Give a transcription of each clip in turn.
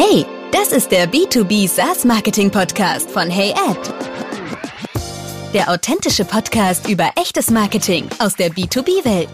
Hey, das ist der B2B SaaS Marketing Podcast von HeyAd. Der authentische Podcast über echtes Marketing aus der B2B-Welt.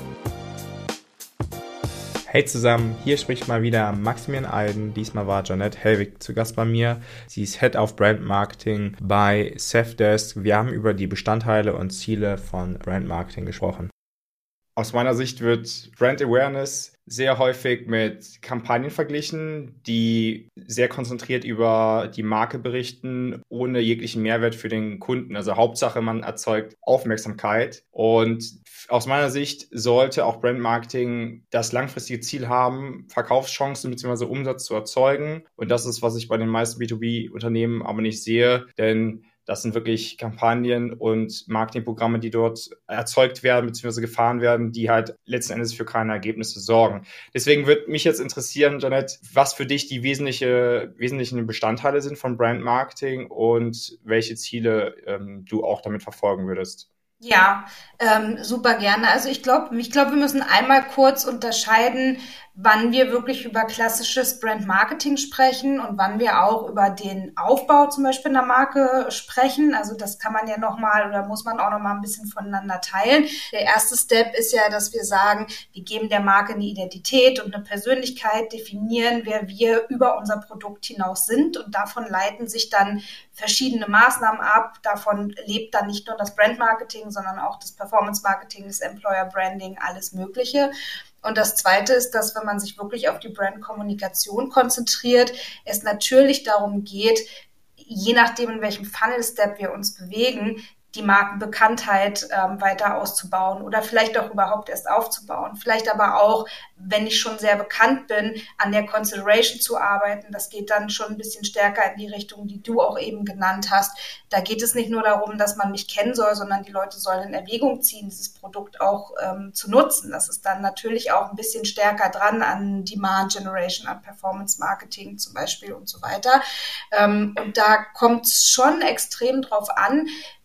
Hey zusammen, hier spricht mal wieder Maximilian Eiden. Diesmal war Janette Hellwig zu Gast bei mir. Sie ist Head of Brand Marketing bei Safdesk. Wir haben über die Bestandteile und Ziele von Brand Marketing gesprochen. Aus meiner Sicht wird Brand Awareness sehr häufig mit Kampagnen verglichen, die sehr konzentriert über die Marke berichten, ohne jeglichen Mehrwert für den Kunden. Also Hauptsache, man erzeugt Aufmerksamkeit. Und aus meiner Sicht sollte auch Brand Marketing das langfristige Ziel haben, Verkaufschancen bzw. Umsatz zu erzeugen. Und das ist, was ich bei den meisten B2B-Unternehmen aber nicht sehe, denn das sind wirklich Kampagnen und Marketingprogramme, die dort erzeugt werden bzw. gefahren werden, die halt letzten Endes für keine Ergebnisse sorgen. Deswegen würde mich jetzt interessieren, Janette, was für dich die wesentlichen Bestandteile sind von Brand Marketing und welche Ziele du auch damit verfolgen würdest. Ja, super gerne. Also ich glaube, wir müssen einmal kurz unterscheiden, wann wir wirklich über klassisches Brand Marketing sprechen und wann wir auch über den Aufbau zum Beispiel einer Marke sprechen. Also das kann man ja nochmal oder muss man auch nochmal ein bisschen voneinander teilen. Der erste Step ist ja, dass wir sagen, wir geben der Marke eine Identität und eine Persönlichkeit, definieren, wer wir über unser Produkt hinaus sind, und davon leiten sich dann verschiedene Maßnahmen ab. Davon lebt dann nicht nur das Brand Marketing, sondern auch das Performance Marketing, das Employer Branding, alles Mögliche. Und das Zweite ist, dass, wenn man sich wirklich auf die Brandkommunikation konzentriert, es natürlich darum geht, je nachdem, in welchem Funnel-Step wir uns bewegen, die Markenbekanntheit weiter auszubauen oder vielleicht auch überhaupt erst aufzubauen. Vielleicht aber auch, wenn ich schon sehr bekannt bin, an der Consideration zu arbeiten. Das geht dann schon ein bisschen stärker in die Richtung, die du auch eben genannt hast. Da geht es nicht nur darum, dass man mich kennen soll, sondern die Leute sollen in Erwägung ziehen, dieses Produkt auch zu nutzen. Das ist dann natürlich auch ein bisschen stärker dran an Demand Generation, an Performance Marketing zum Beispiel und so weiter. Und da kommt es schon extrem drauf an,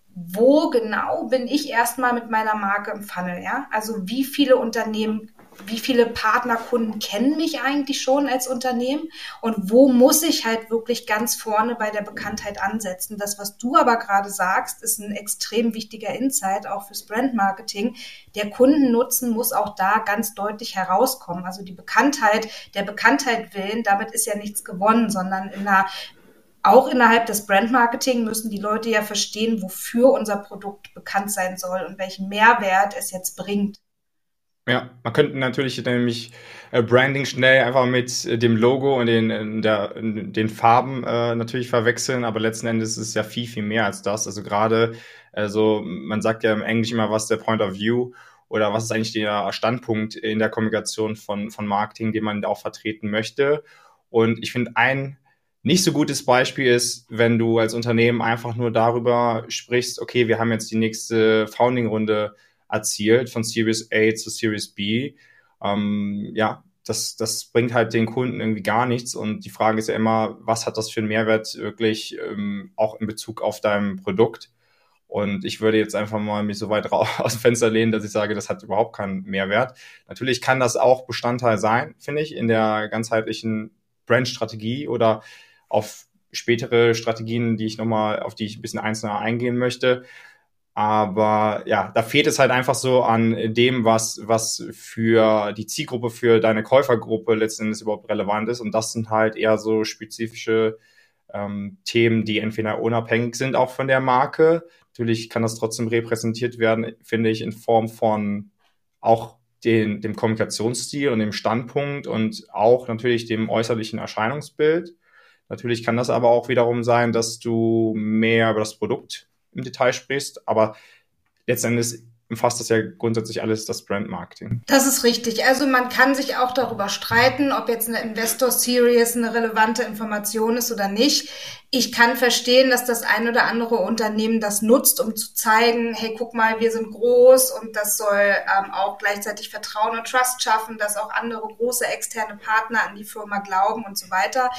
wo genau bin ich erstmal mit meiner Marke im Funnel, ja? Also wie viele Unternehmen, wie viele Partnerkunden kennen mich eigentlich schon als Unternehmen und wo muss ich halt wirklich ganz vorne bei der Bekanntheit ansetzen? Das, was du aber gerade sagst, ist ein extrem wichtiger Insight, auch fürs Brandmarketing. Der Kundennutzen muss auch da ganz deutlich herauskommen. Also die Bekanntheit, der Bekanntheit willen, damit ist ja nichts gewonnen, sondern auch innerhalb des Brandmarketing müssen die Leute ja verstehen, wofür unser Produkt bekannt sein soll und welchen Mehrwert es jetzt bringt. Ja, man könnte natürlich nämlich Branding schnell einfach mit dem Logo und den Farben natürlich verwechseln, aber letzten Endes ist es ja viel, viel mehr als das. Also gerade, man sagt ja im Englischen immer, was ist der Point of View oder was ist eigentlich der Standpunkt in der Kommunikation von Marketing, den man auch vertreten möchte. Und ich finde, ein nicht so gutes Beispiel ist, wenn du als Unternehmen einfach nur darüber sprichst, okay, wir haben jetzt die nächste Founding-Runde erzielt, von Series A zu Series B. Das bringt halt den Kunden irgendwie gar nichts. Und die Frage ist ja immer, was hat das für einen Mehrwert wirklich auch in Bezug auf dein Produkt? Und ich würde jetzt einfach mal mich so weit aus dem Fenster lehnen, dass ich sage, das hat überhaupt keinen Mehrwert. Natürlich kann das auch Bestandteil sein, finde ich, in der ganzheitlichen Brand-Strategie oder auf spätere Strategien, auf die ich ein bisschen einzelner eingehen möchte. Aber ja, da fehlt es halt einfach so an dem, was für die Zielgruppe, für deine Käufergruppe letzten Endes überhaupt relevant ist. Und das sind halt eher so spezifische Themen, die entweder unabhängig sind auch von der Marke. Natürlich kann das trotzdem repräsentiert werden, finde ich, in Form von auch dem Kommunikationsstil und dem Standpunkt und auch natürlich dem äußerlichen Erscheinungsbild. Natürlich kann das aber auch wiederum sein, dass du mehr über das Produkt im Detail sprichst, aber letztendlich umfasst das ja grundsätzlich alles das Brand-Marketing. Das ist richtig. Also man kann sich auch darüber streiten, ob jetzt eine Investor Series eine relevante Information ist oder nicht. Ich kann verstehen, dass das ein oder andere Unternehmen das nutzt, um zu zeigen, hey, guck mal, wir sind groß, und das soll auch gleichzeitig Vertrauen und Trust schaffen, dass auch andere große externe Partner an die Firma glauben und so weiter.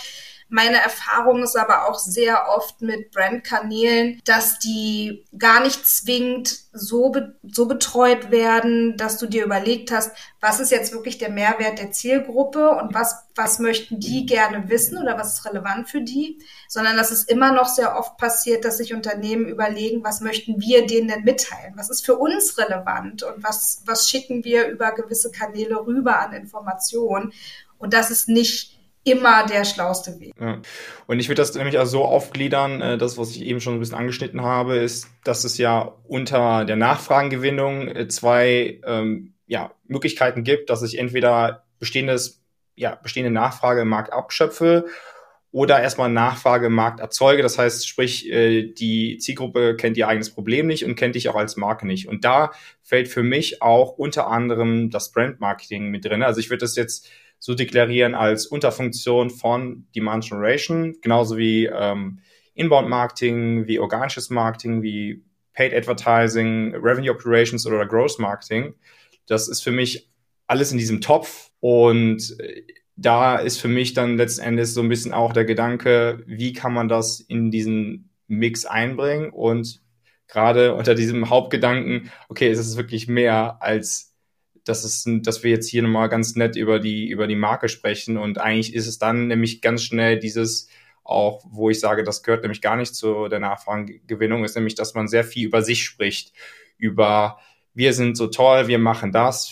Meine Erfahrung ist aber auch sehr oft mit Brandkanälen, dass die gar nicht zwingend so betreut werden, dass du dir überlegt hast, was ist jetzt wirklich der Mehrwert der Zielgruppe und was möchten die gerne wissen oder was ist relevant für die, sondern dass es immer noch sehr oft passiert, dass sich Unternehmen überlegen, was möchten wir denen denn mitteilen? Was ist für uns relevant und was schicken wir über gewisse Kanäle rüber an Informationen? Und das ist nicht immer der schlauste Weg. Ja. Und ich würde das nämlich also so aufgliedern, das, was ich eben schon ein bisschen angeschnitten habe, ist, dass es ja unter der Nachfragengewinnung zwei Möglichkeiten gibt, dass ich entweder bestehende Nachfrage im Markt abschöpfe oder erstmal Nachfrage im Markt erzeuge. Das heißt, sprich, die Zielgruppe kennt ihr eigenes Problem nicht und kennt dich auch als Marke nicht. Und da fällt für mich auch unter anderem das Brand-Marketing mit drin. Also ich würde das jetzt so deklarieren als Unterfunktion von Demand Generation, genauso wie Inbound-Marketing, wie organisches Marketing, wie Paid Advertising, Revenue Operations oder Growth Marketing. Das ist für mich alles in diesem Topf und da ist für mich dann letzten Endes so ein bisschen auch der Gedanke, wie kann man das in diesen Mix einbringen und gerade unter diesem Hauptgedanken, okay, ist es wirklich mehr als dass wir jetzt hier nochmal ganz nett über die Marke sprechen und eigentlich ist es dann nämlich ganz schnell dieses auch, wo ich sage, das gehört nämlich gar nicht zu der Nachfragengewinnung, ist nämlich, dass man sehr viel über sich spricht, über wir sind so toll, wir machen das,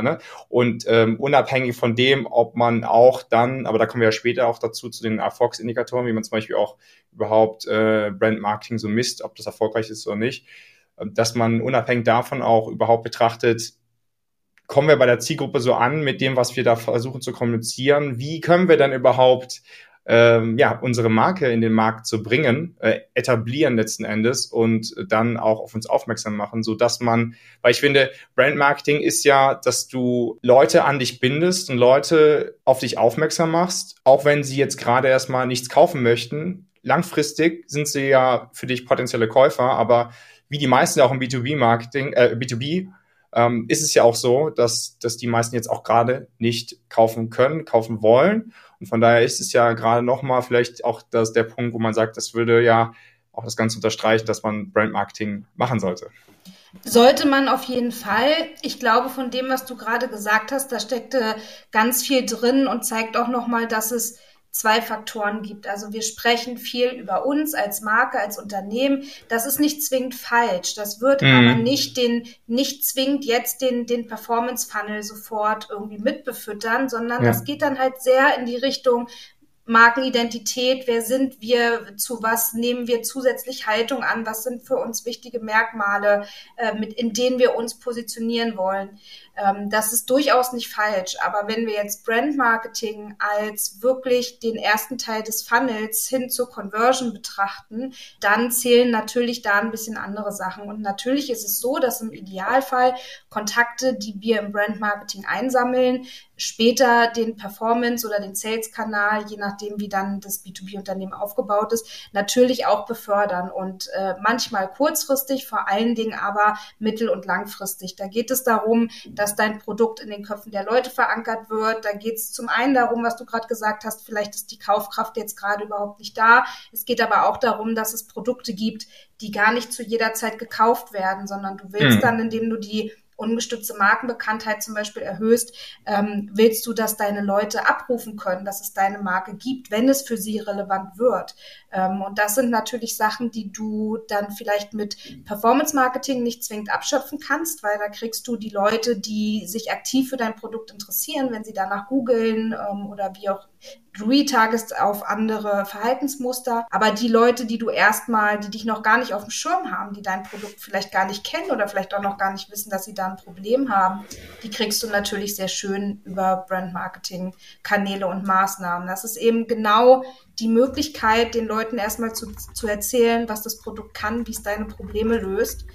und unabhängig von dem, ob man auch dann, aber da kommen wir ja später auch dazu, zu den Erfolgsindikatoren, wie man zum Beispiel auch überhaupt Brand Marketing so misst, ob das erfolgreich ist oder nicht, dass man unabhängig davon auch überhaupt betrachtet, kommen wir bei der Zielgruppe so an mit dem, was wir da versuchen zu kommunizieren? Wie können wir dann überhaupt unsere Marke in den Markt zu bringen, etablieren letzten Endes und dann auch auf uns aufmerksam machen, so dass man, weil ich finde, Brandmarketing ist ja, dass du Leute an dich bindest und Leute auf dich aufmerksam machst, auch wenn sie jetzt gerade erstmal nichts kaufen möchten. Langfristig sind sie ja für dich potenzielle Käufer, aber wie die meisten auch im B2B-Marketing, B2B, ist es ja auch so, dass die meisten jetzt auch gerade nicht kaufen können, kaufen wollen. Und von daher ist es ja gerade nochmal vielleicht auch der Punkt, wo man sagt, das würde ja auch das Ganze unterstreichen, dass man Brandmarketing machen sollte. Sollte man auf jeden Fall. Ich glaube, von dem, was du gerade gesagt hast, da steckte ganz viel drin und zeigt auch nochmal, dass es zwei Faktoren gibt. Also wir sprechen viel über uns als Marke, als Unternehmen. Das ist nicht zwingend falsch. Das wird aber nicht zwingend jetzt den Performance-Funnel sofort irgendwie mitbefüttern, sondern das geht dann halt sehr in die Richtung Markenidentität, wer sind wir, zu was nehmen wir zusätzlich Haltung an, was sind für uns wichtige Merkmale, in denen wir uns positionieren wollen. Das ist durchaus nicht falsch, aber wenn wir jetzt Brandmarketing als wirklich den ersten Teil des Funnels hin zur Conversion betrachten, dann zählen natürlich da ein bisschen andere Sachen. Und natürlich ist es so, dass im Idealfall Kontakte, die wir im Brandmarketing einsammeln, später den Performance- oder den Sales-Kanal, je nachdem, wie dann das B2B-Unternehmen aufgebaut ist, natürlich auch befördern und manchmal kurzfristig, vor allen Dingen aber mittel- und langfristig. Da geht es darum, dass dein Produkt in den Köpfen der Leute verankert wird. Da geht es zum einen darum, was du gerade gesagt hast, vielleicht ist die Kaufkraft jetzt gerade überhaupt nicht da. Es geht aber auch darum, dass es Produkte gibt, die gar nicht zu jeder Zeit gekauft werden, sondern du willst dann, indem du die ungestützte Markenbekanntheit zum Beispiel erhöhst, willst du, dass deine Leute abrufen können, dass es deine Marke gibt, wenn es für sie relevant wird. Und das sind natürlich Sachen, die du dann vielleicht mit Performance-Marketing nicht zwingend abschöpfen kannst, weil da kriegst du die Leute, die sich aktiv für dein Produkt interessieren, wenn sie danach googeln oder wie auch du retargetest auf andere Verhaltensmuster, aber die Leute, die dich noch gar nicht auf dem Schirm haben, die dein Produkt vielleicht gar nicht kennen oder vielleicht auch noch gar nicht wissen, dass sie da ein Problem haben, die kriegst du natürlich sehr schön über Brandmarketing-Kanäle und Maßnahmen. Das ist eben genau die Möglichkeit, den Leuten erstmal zu erzählen, was das Produkt kann, wie es deine Probleme löst,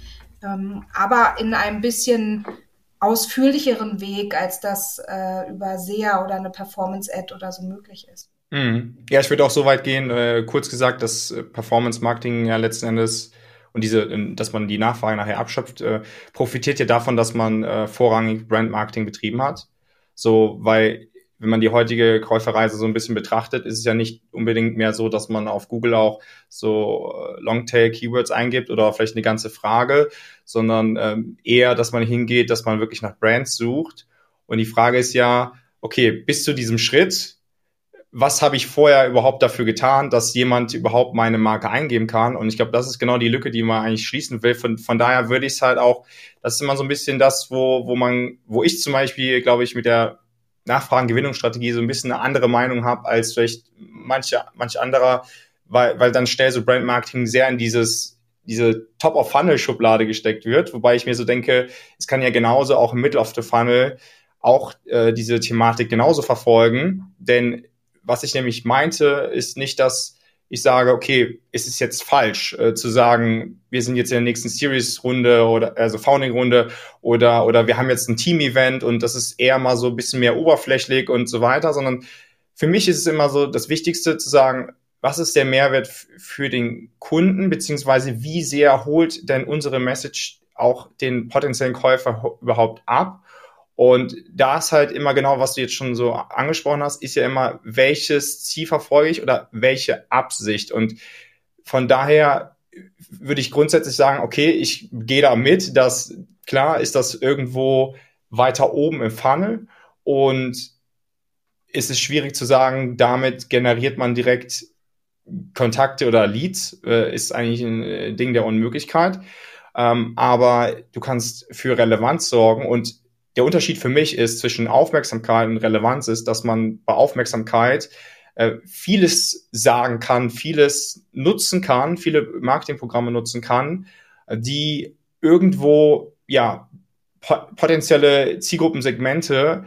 aber in einem bisschen ausführlicheren Weg, als das über SEA oder eine Performance-Ad oder so möglich ist. Ja, ich würde auch so weit gehen, kurz gesagt, dass Performance-Marketing ja letzten Endes und dass man die Nachfrage nachher abschöpft, profitiert ja davon, dass man vorrangig Brand-Marketing betrieben hat. So, weil wenn man die heutige Käuferreise so ein bisschen betrachtet, ist es ja nicht unbedingt mehr so, dass man auf Google auch so Longtail-Keywords eingibt oder vielleicht eine ganze Frage, sondern eher, dass man hingeht, dass man wirklich nach Brands sucht. Und die Frage ist ja, okay, bis zu diesem Schritt, was habe ich vorher überhaupt dafür getan, dass jemand überhaupt meine Marke eingeben kann? Und ich glaube, das ist genau die Lücke, die man eigentlich schließen will. Von daher würde ich es halt auch, das ist immer so ein bisschen das, wo ich zum Beispiel, glaube ich, mit der Nachfragengewinnungsstrategie so ein bisschen eine andere Meinung habe als vielleicht manch anderer, weil dann schnell so Brandmarketing sehr in diese Top-of-Funnel-Schublade gesteckt wird, wobei ich mir so denke, es kann ja genauso auch im Middle of the Funnel auch diese Thematik genauso verfolgen, denn was ich nämlich meinte, ist nicht, dass ich sage, okay, ist es jetzt falsch, zu sagen, wir sind jetzt in der nächsten Series-Runde oder also Founding-Runde oder wir haben jetzt ein Team-Event und das ist eher mal so ein bisschen mehr oberflächlich und so weiter, sondern für mich ist es immer so das Wichtigste zu sagen, was ist der Mehrwert für den Kunden, beziehungsweise wie sehr holt denn unsere Message auch den potenziellen Käufer überhaupt ab? Und da ist halt immer genau, was du jetzt schon so angesprochen hast, ist ja immer, welches Ziel verfolge ich oder welche Absicht. Und von daher würde ich grundsätzlich sagen, okay, ich gehe da mit, dass klar ist das irgendwo weiter oben im Funnel und es ist schwierig zu sagen, damit generiert man direkt Kontakte oder Leads, ist eigentlich ein Ding der Unmöglichkeit. Aber du kannst für Relevanz sorgen und der Unterschied für mich ist zwischen Aufmerksamkeit und Relevanz ist, dass man bei Aufmerksamkeit vieles sagen kann, vieles nutzen kann, viele Marketingprogramme nutzen kann, die irgendwo ja potenzielle Zielgruppensegmente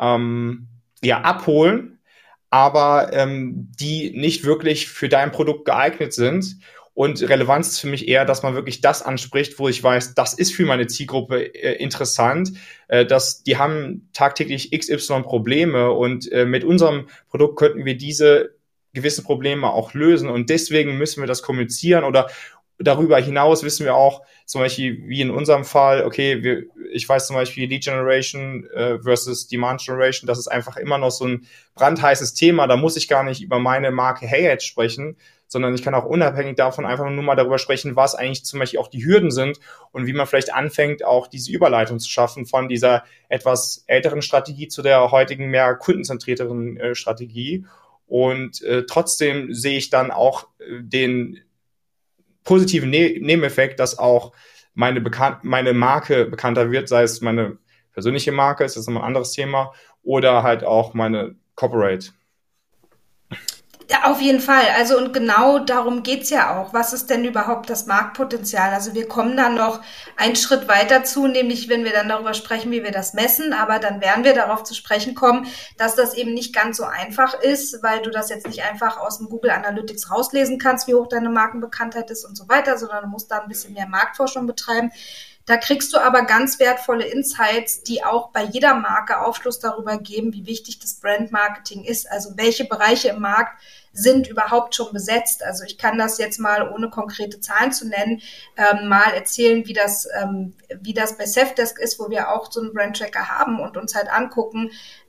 abholen, aber die nicht wirklich für dein Produkt geeignet sind. Und Relevanz ist für mich eher, dass man wirklich das anspricht, wo ich weiß, das ist für meine Zielgruppe interessant, dass die haben tagtäglich XY Probleme und mit unserem Produkt könnten wir diese gewissen Probleme auch lösen und deswegen müssen wir das kommunizieren oder darüber hinaus wissen wir auch, zum Beispiel wie in unserem Fall, okay, ich weiß zum Beispiel Lead Generation versus Demand Generation, das ist einfach immer noch so ein brandheißes Thema, da muss ich gar nicht über meine Marke HeyEd sprechen, sondern ich kann auch unabhängig davon einfach nur mal darüber sprechen, was eigentlich zum Beispiel auch die Hürden sind und wie man vielleicht anfängt, auch diese Überleitung zu schaffen von dieser etwas älteren Strategie zu der heutigen mehr kundenzentrierteren Strategie. Und trotzdem sehe ich dann auch den positiven Nebeneffekt, dass auch meine Marke bekannter wird, sei es meine persönliche Marke, ist das nochmal ein anderes Thema, oder halt auch meine Corporate. Ja, auf jeden Fall. Also und genau darum geht's ja auch. Was ist denn überhaupt das Marktpotenzial? Also wir kommen dann noch einen Schritt weiter zu, nämlich wenn wir dann darüber sprechen, wie wir das messen. Aber dann werden wir darauf zu sprechen kommen, dass das eben nicht ganz so einfach ist, weil du das jetzt nicht einfach aus dem Google Analytics rauslesen kannst, wie hoch deine Markenbekanntheit ist und so weiter, sondern du musst da ein bisschen mehr Marktforschung betreiben. Da kriegst du aber ganz wertvolle Insights, die auch bei jeder Marke Aufschluss darüber geben, wie wichtig das Brandmarketing ist. Also welche Bereiche im Markt sind überhaupt schon besetzt. Also ich kann das jetzt mal, ohne konkrete Zahlen zu nennen, mal erzählen, wie das bei Safdesk ist, wo wir auch so einen Brandtracker haben und uns halt angucken,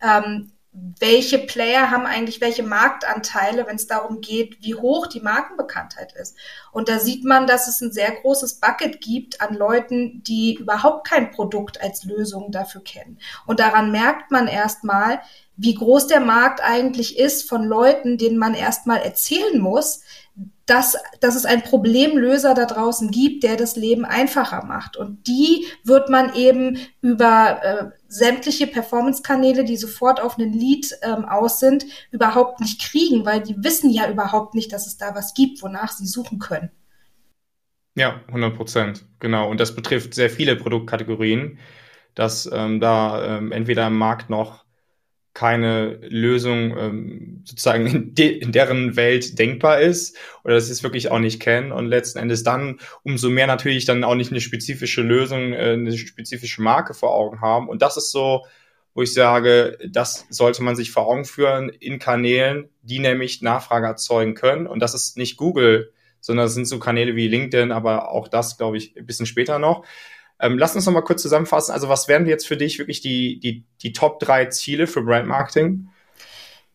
welche Player haben eigentlich welche Marktanteile, wenn es darum geht, wie hoch die Markenbekanntheit ist. Und da sieht man, dass es ein sehr großes Bucket gibt an Leuten, die überhaupt kein Produkt als Lösung dafür kennen. Und daran merkt man erstmal, wie groß der Markt eigentlich ist von Leuten, denen man erstmal erzählen muss, dass es einen Problemlöser da draußen gibt, der das Leben einfacher macht. Und die wird man eben über sämtliche Performance-Kanäle, die sofort auf einen Lead aus sind, überhaupt nicht kriegen, weil die wissen ja überhaupt nicht, dass es da was gibt, wonach sie suchen können. Ja, 100%, genau. Und das betrifft sehr viele Produktkategorien, dass da entweder im Markt noch keine Lösung sozusagen in deren Welt denkbar ist oder dass sie es wirklich auch nicht kennen und letzten Endes dann umso mehr natürlich dann auch nicht eine spezifische Lösung, eine spezifische Marke vor Augen haben. Und das ist so, wo ich sage, das sollte man sich vor Augen führen in Kanälen, die nämlich Nachfrage erzeugen können. Und das ist nicht Google, sondern das sind so Kanäle wie LinkedIn, aber auch das, glaube ich, ein bisschen später noch. Lass uns noch mal kurz zusammenfassen. Also was wären jetzt für dich wirklich die Top 3 Ziele für Brandmarketing?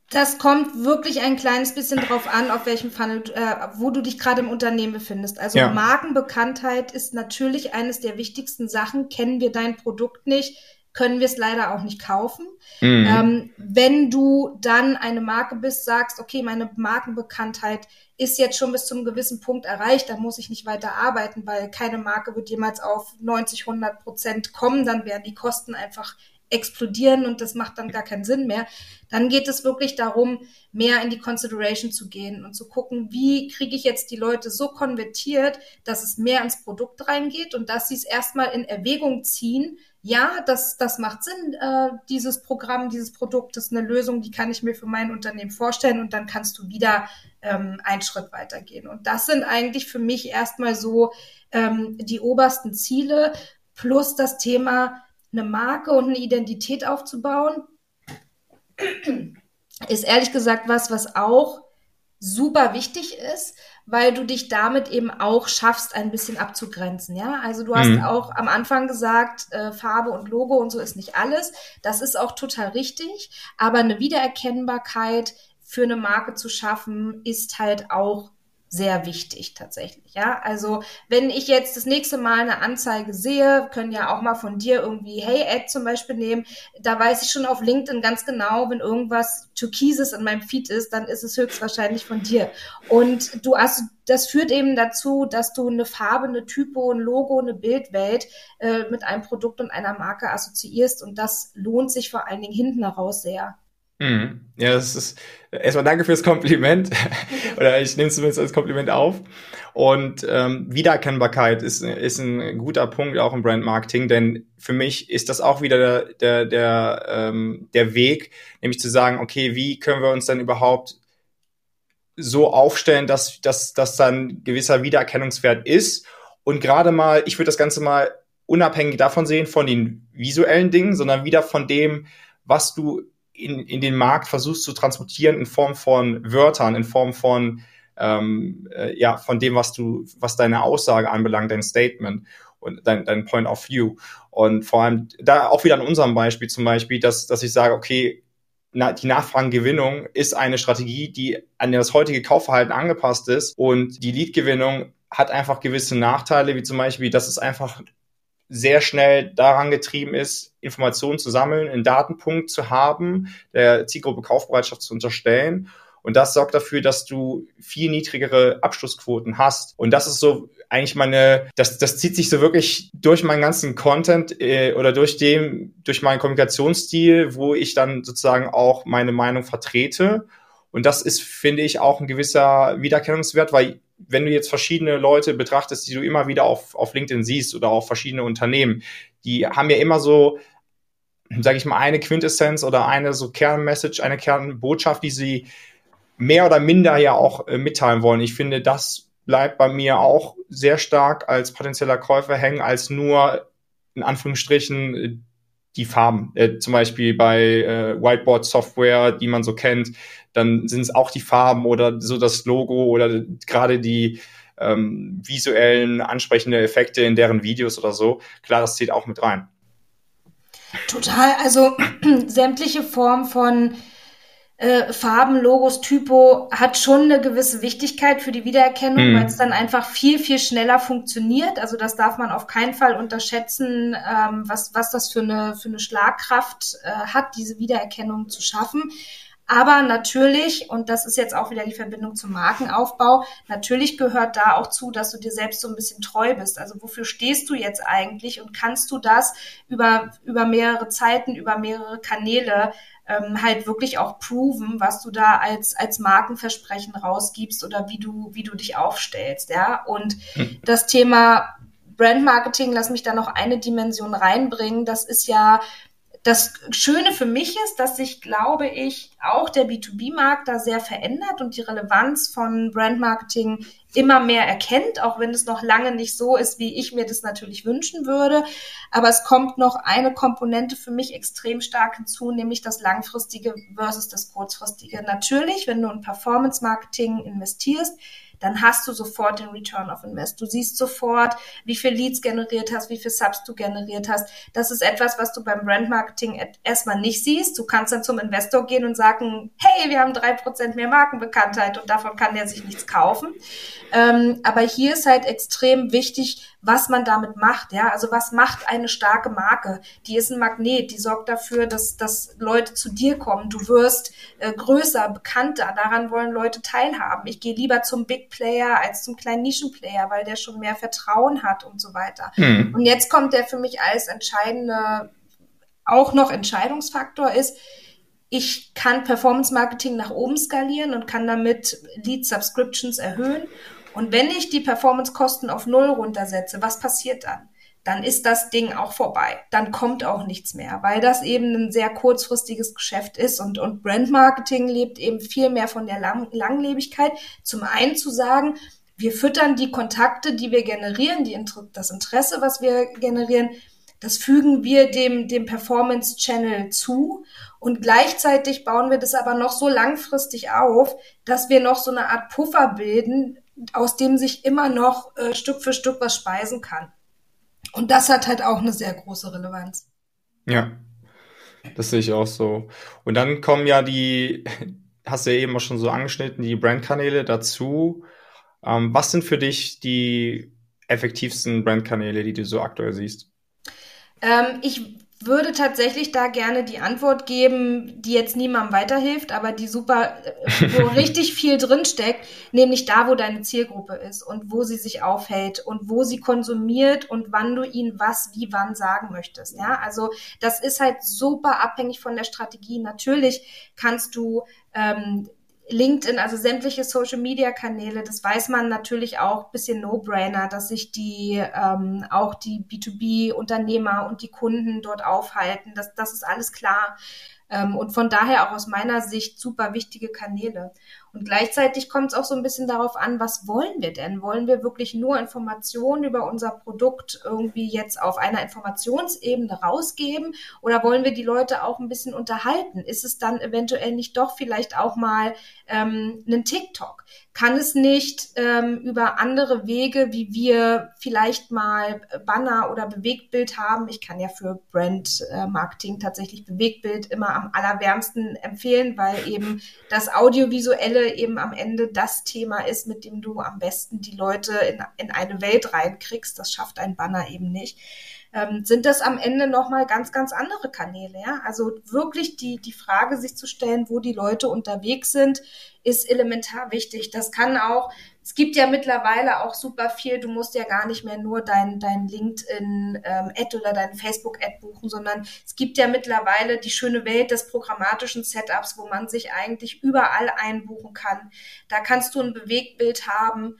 Das kommt wirklich ein kleines bisschen drauf an, auf welchem Funnel, wo du dich gerade im Unternehmen befindest. Also Markenbekanntheit ist natürlich eines der wichtigsten Sachen. Kennen wir dein Produkt nicht, können wir es leider auch nicht kaufen. Wenn du dann eine Marke bist, sagst, okay, meine Markenbekanntheit ist jetzt schon bis zu einem gewissen Punkt erreicht, da muss ich nicht weiter arbeiten, weil keine Marke wird jemals auf 90-100% kommen, dann werden die Kosten einfach explodieren und das macht dann gar keinen Sinn mehr. Dann geht es wirklich darum, mehr in die Consideration zu gehen und zu gucken, wie kriege ich jetzt die Leute so konvertiert, dass es mehr ins Produkt reingeht und dass sie es erstmal in Erwägung ziehen. Ja, das macht Sinn, dieses Programm, dieses Produkt ist eine Lösung, die kann ich mir für mein Unternehmen vorstellen und dann kannst du wieder einen Schritt weitergehen. Und das sind eigentlich für mich erstmal so die obersten Ziele plus das Thema, eine Marke und eine Identität aufzubauen, ist ehrlich gesagt was auch super wichtig ist, weil du dich damit eben auch schaffst, ein bisschen abzugrenzen, ja. Also du hast auch am Anfang gesagt, Farbe und Logo und so ist nicht alles. Das ist auch total richtig, aber eine Wiedererkennbarkeit für eine Marke zu schaffen, ist halt auch sehr wichtig tatsächlich, ja. Also wenn ich jetzt das nächste Mal eine Anzeige sehe, können ja auch mal von dir irgendwie Hey Ad zum Beispiel nehmen, da weiß ich schon auf LinkedIn ganz genau, wenn irgendwas Türkises in meinem Feed ist, dann ist es höchstwahrscheinlich von dir. Und das führt eben dazu, dass du eine Farbe, eine Typo, ein Logo, eine Bildwelt mit einem Produkt und einer Marke assoziierst und das lohnt sich vor allen Dingen hinten heraus sehr. Ja, das ist erstmal danke fürs Kompliment. Oder ich nehme es zumindest als Kompliment auf. Und Wiedererkennbarkeit ist ein guter Punkt auch im Brand Marketing, denn für mich ist das auch wieder der Weg, nämlich zu sagen, okay, wie können wir uns dann überhaupt so aufstellen, dass dann gewisser Wiedererkennungswert ist. Und gerade mal, ich würde das Ganze mal unabhängig davon sehen, von den visuellen Dingen, sondern wieder von dem, was du in den Markt versuchst zu transportieren in Form von Wörtern, in Form von von dem, was deine Aussage anbelangt, dein Statement und dein Point of View. Und vor allem da auch wieder an unserem Beispiel zum Beispiel, dass ich sage, okay, die Nachfragengewinnung ist eine Strategie, die an das heutige Kaufverhalten angepasst ist und die Leadgewinnung hat einfach gewisse Nachteile, wie zum Beispiel, dass es einfach sehr schnell daran getrieben ist, Informationen zu sammeln, einen Datenpunkt zu haben, der Zielgruppe Kaufbereitschaft zu unterstellen. Und das sorgt dafür, dass du viel niedrigere Abschlussquoten hast. Und das ist so eigentlich das zieht sich so wirklich durch meinen ganzen Content oder durch meinen Kommunikationsstil, wo ich dann sozusagen auch meine Meinung vertrete. Und das ist, finde ich, auch ein gewisser Wiedererkennungswert, weil wenn du jetzt verschiedene Leute betrachtest, die du immer wieder auf LinkedIn siehst oder auch verschiedene Unternehmen, die haben ja immer so, sage ich mal, eine Quintessenz oder eine so Kernmessage, eine Kernbotschaft, die sie mehr oder minder ja auch mitteilen wollen. Ich finde, das bleibt bei mir auch sehr stark als potenzieller Käufer hängen, als nur in Anführungsstrichen die Farben. Zum Beispiel bei Whiteboard-Software, die man so kennt, dann sind es auch die Farben oder so das Logo oder gerade die visuellen, ansprechende Effekte in deren Videos oder so. Klar, das zählt auch mit rein. Total, also sämtliche Form von Farben, Logos, Typo hat schon eine gewisse Wichtigkeit für die Wiedererkennung, weil es dann einfach viel, viel schneller funktioniert. Also das darf man auf keinen Fall unterschätzen, was das für eine Schlagkraft hat, diese Wiedererkennung zu schaffen. Aber natürlich, und das ist jetzt auch wieder die Verbindung zum Markenaufbau, natürlich gehört da auch zu, dass du dir selbst so ein bisschen treu bist. Also wofür stehst du jetzt eigentlich und kannst du das über mehrere Zeiten, über mehrere Kanäle halt wirklich auch proven, was du da als Markenversprechen rausgibst oder wie du dich aufstellst, ja. Und das Thema Brandmarketing, lass mich da noch eine Dimension reinbringen, das ist ja das Schöne für mich ist, dass sich, glaube ich, auch der B2B-Markt da sehr verändert und die Relevanz von Brandmarketing immer mehr erkennt, auch wenn es noch lange nicht so ist, wie ich mir das natürlich wünschen würde. Aber es kommt noch eine Komponente für mich extrem stark hinzu, nämlich das Langfristige versus das Kurzfristige. Natürlich, wenn du in Performance-Marketing investierst, dann hast du sofort den Return of Invest. Du siehst sofort, wie viel Leads generiert hast, wie viel Subs du generiert hast. Das ist etwas, was du beim Brandmarketing erstmal nicht siehst. Du kannst dann zum Investor gehen und sagen, hey, wir haben 3% mehr Markenbekanntheit und davon kann der sich nichts kaufen. Aber hier ist halt extrem wichtig, was man damit macht, ja. Also was macht eine starke Marke? Die ist ein Magnet, die sorgt dafür, dass Leute zu dir kommen. Du wirst größer, bekannter, daran wollen Leute teilhaben. Ich gehe lieber zum Big Player als zum kleinen Nischenplayer, weil der schon mehr Vertrauen hat und so weiter. Und jetzt kommt der für mich als entscheidende, auch noch Entscheidungsfaktor ist, ich kann Performance Marketing nach oben skalieren und kann damit Lead Subscriptions erhöhen. Und wenn ich die Performance-Kosten auf 0 runtersetze, was passiert dann? Dann ist das Ding auch vorbei. Dann kommt auch nichts mehr, weil das eben ein sehr kurzfristiges Geschäft ist und Brand-Marketing lebt eben viel mehr von der Langlebigkeit. Zum einen zu sagen, wir füttern die Kontakte, die wir generieren, das Interesse, was wir generieren, das fügen wir dem Performance-Channel zu und gleichzeitig bauen wir das aber noch so langfristig auf, dass wir noch so eine Art Puffer bilden, aus dem sich immer noch Stück für Stück was speisen kann. Und das hat halt auch eine sehr große Relevanz. Ja, das sehe ich auch so. Und dann kommen ja hast du ja eben auch schon so angeschnitten, die Brandkanäle dazu. Was sind für dich die effektivsten Brandkanäle, die du so aktuell siehst? Ich würde tatsächlich da gerne die Antwort geben, die jetzt niemandem weiterhilft, aber die super, wo richtig viel drinsteckt, nämlich da, wo deine Zielgruppe ist und wo sie sich aufhält und wo sie konsumiert und wann du ihnen was, wie, wann sagen möchtest. Ja, also das ist halt super abhängig von der Strategie. Natürlich kannst du LinkedIn, also sämtliche Social-Media-Kanäle, das weiß man natürlich auch, bisschen No-Brainer, dass sich auch die B2B-Unternehmer und die Kunden dort aufhalten. Das ist alles klar. Und von daher auch aus meiner Sicht super wichtige Kanäle. Und gleichzeitig kommt es auch so ein bisschen darauf an, was wollen wir denn? Wollen wir wirklich nur Informationen über unser Produkt irgendwie jetzt auf einer Informationsebene rausgeben oder wollen wir die Leute auch ein bisschen unterhalten? Ist es dann eventuell nicht doch vielleicht auch mal ein TikTok? Kann es nicht über andere Wege, wie wir vielleicht mal Banner oder Bewegtbild haben? Ich kann ja für Brand-Marketing tatsächlich Bewegtbild immer am allerwärmsten empfehlen, weil eben das Audiovisuelle eben am Ende das Thema ist, mit dem du am besten die Leute in eine Welt reinkriegst. Das schafft ein Banner eben nicht. Sind das am Ende nochmal ganz, ganz andere Kanäle, ja? Also wirklich die Frage sich zu stellen, wo die Leute unterwegs sind, ist elementar wichtig. Das kann auch, es gibt ja mittlerweile auch super viel, du musst ja gar nicht mehr nur dein LinkedIn-Ad oder dein Facebook-Ad buchen, sondern es gibt ja mittlerweile die schöne Welt des programmatischen Setups, wo man sich eigentlich überall einbuchen kann. Da kannst du ein Bewegtbild haben,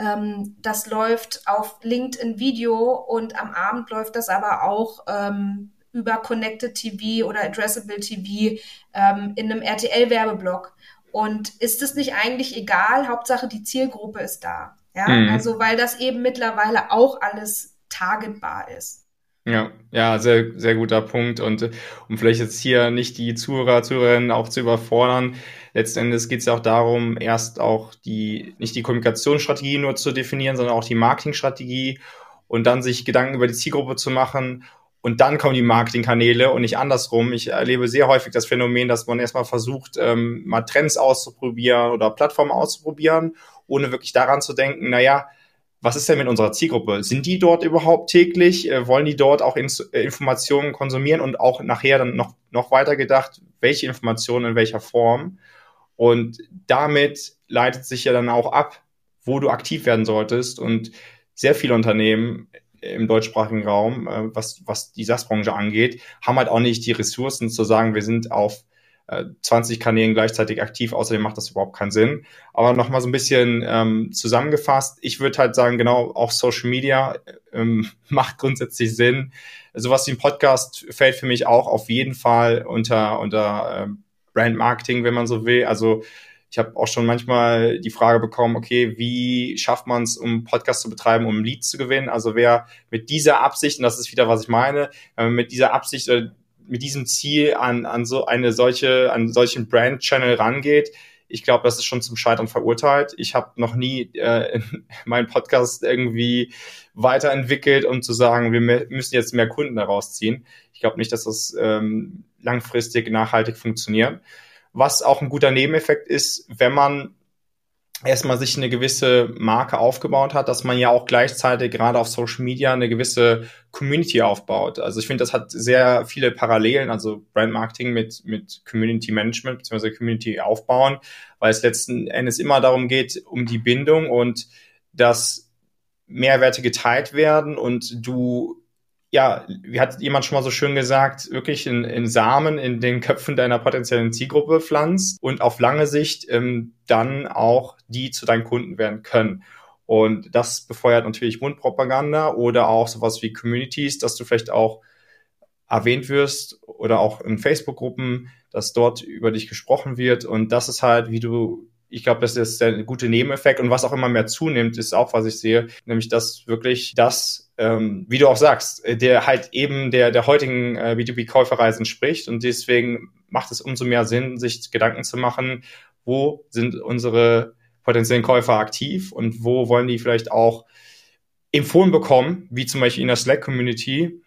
das läuft auf LinkedIn Video und am Abend läuft das aber auch über Connected TV oder Addressable TV in einem RTL-Werbeblock. Und ist es nicht eigentlich egal? Hauptsache die Zielgruppe ist da. Ja, also weil das eben mittlerweile auch alles targetbar ist. Ja, sehr, sehr guter Punkt. Und um vielleicht jetzt hier nicht die Zuhörerinnen auch zu überfordern, letzten Endes geht es ja auch darum, erst auch nicht die Kommunikationsstrategie nur zu definieren, sondern auch die Marketingstrategie und dann sich Gedanken über die Zielgruppe zu machen. Und dann kommen die Marketingkanäle und nicht andersrum. Ich erlebe sehr häufig das Phänomen, dass man erstmal versucht, mal Trends auszuprobieren oder Plattformen auszuprobieren, ohne wirklich daran zu denken, naja, was ist denn mit unserer Zielgruppe? Sind die dort überhaupt täglich? Wollen die dort auch Informationen konsumieren und auch nachher dann noch weiter gedacht, welche Informationen in welcher Form? Und damit leitet sich ja dann auch ab, wo du aktiv werden solltest. Und sehr viele Unternehmen im deutschsprachigen Raum, was die SaaS-Branche angeht, haben halt auch nicht die Ressourcen zu sagen, wir sind auf 20 Kanälen gleichzeitig aktiv, außerdem macht das überhaupt keinen Sinn. Aber nochmal so ein bisschen zusammengefasst, ich würde halt sagen, genau, auch Social Media macht grundsätzlich Sinn. Sowas wie ein Podcast fällt für mich auch auf jeden Fall unter Brand Marketing, wenn man so will. Also ich habe auch schon manchmal die Frage bekommen, okay, wie schafft man es, um Podcast zu betreiben, um Leads zu gewinnen? Also wer mit dieser Absicht, und das ist wieder, was ich meine, mit dieser Absicht mit diesem Ziel an solchen Brand-Channel rangeht, ich glaube, das ist schon zum Scheitern verurteilt. Ich habe noch nie meinen Podcast irgendwie weiterentwickelt, um zu sagen, wir müssen jetzt mehr Kunden daraus ziehen. Ich glaube nicht, dass das langfristig nachhaltig funktioniert. Was auch ein guter Nebeneffekt ist, wenn man erstmal sich eine gewisse Marke aufgebaut hat, dass man ja auch gleichzeitig gerade auf Social Media eine gewisse Community aufbaut. Also ich finde, das hat sehr viele Parallelen, also Brand Marketing mit Community Management bzw. Community aufbauen, weil es letzten Endes immer darum geht, um die Bindung und dass Mehrwerte geteilt werden und du, ja, wie hat jemand schon mal so schön gesagt, wirklich in Samen in den Köpfen deiner potenziellen Zielgruppe pflanzt und auf lange Sicht dann auch die zu deinen Kunden werden können. Und das befeuert natürlich Mundpropaganda oder auch sowas wie Communities, dass du vielleicht auch erwähnt wirst oder auch in Facebook-Gruppen, dass dort über dich gesprochen wird. Und das ist halt, ich glaube, das ist der gute Nebeneffekt. Und was auch immer mehr zunimmt, ist auch, was ich sehe, nämlich dass wirklich das, wie du auch sagst, der halt eben der heutigen B2B-Käuferreisen entspricht. Und deswegen macht es umso mehr Sinn, sich Gedanken zu machen, wo sind unsere potenziellen Käufer aktiv und wo wollen die vielleicht auch empfohlen bekommen, wie zum Beispiel in der Slack-Community,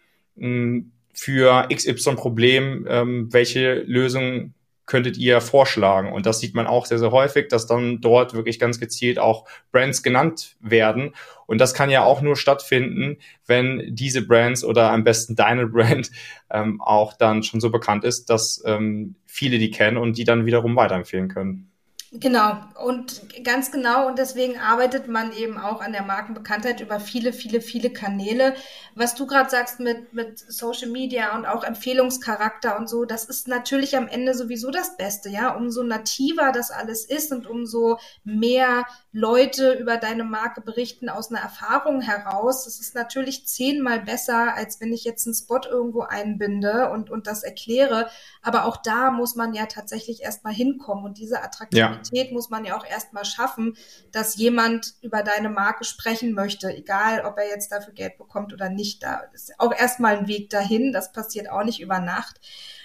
für XY-Problem, welche Lösung könntet ihr vorschlagen? Und das sieht man auch sehr, sehr häufig, dass dann dort wirklich ganz gezielt auch Brands genannt werden. Und das kann ja auch nur stattfinden, wenn diese Brands oder am besten deine Brand auch dann schon so bekannt ist, dass viele die kennen und die dann wiederum weiterempfehlen können. Genau, und ganz genau, und deswegen arbeitet man eben auch an der Markenbekanntheit über viele, viele, viele Kanäle. Was du gerade sagst mit Social Media und auch Empfehlungscharakter und so, das ist natürlich am Ende sowieso das Beste, ja. Umso nativer das alles ist und umso mehr Leute über deine Marke berichten aus einer Erfahrung heraus. Das ist natürlich 10-mal besser, als wenn ich jetzt einen Spot irgendwo einbinde und das erkläre. Aber auch da muss man ja tatsächlich erstmal hinkommen und diese Attraktivität muss man ja auch erstmal schaffen, dass jemand über deine Marke sprechen möchte, egal ob er jetzt dafür Geld bekommt oder nicht. Da ist auch erstmal ein Weg dahin, das passiert auch nicht über Nacht.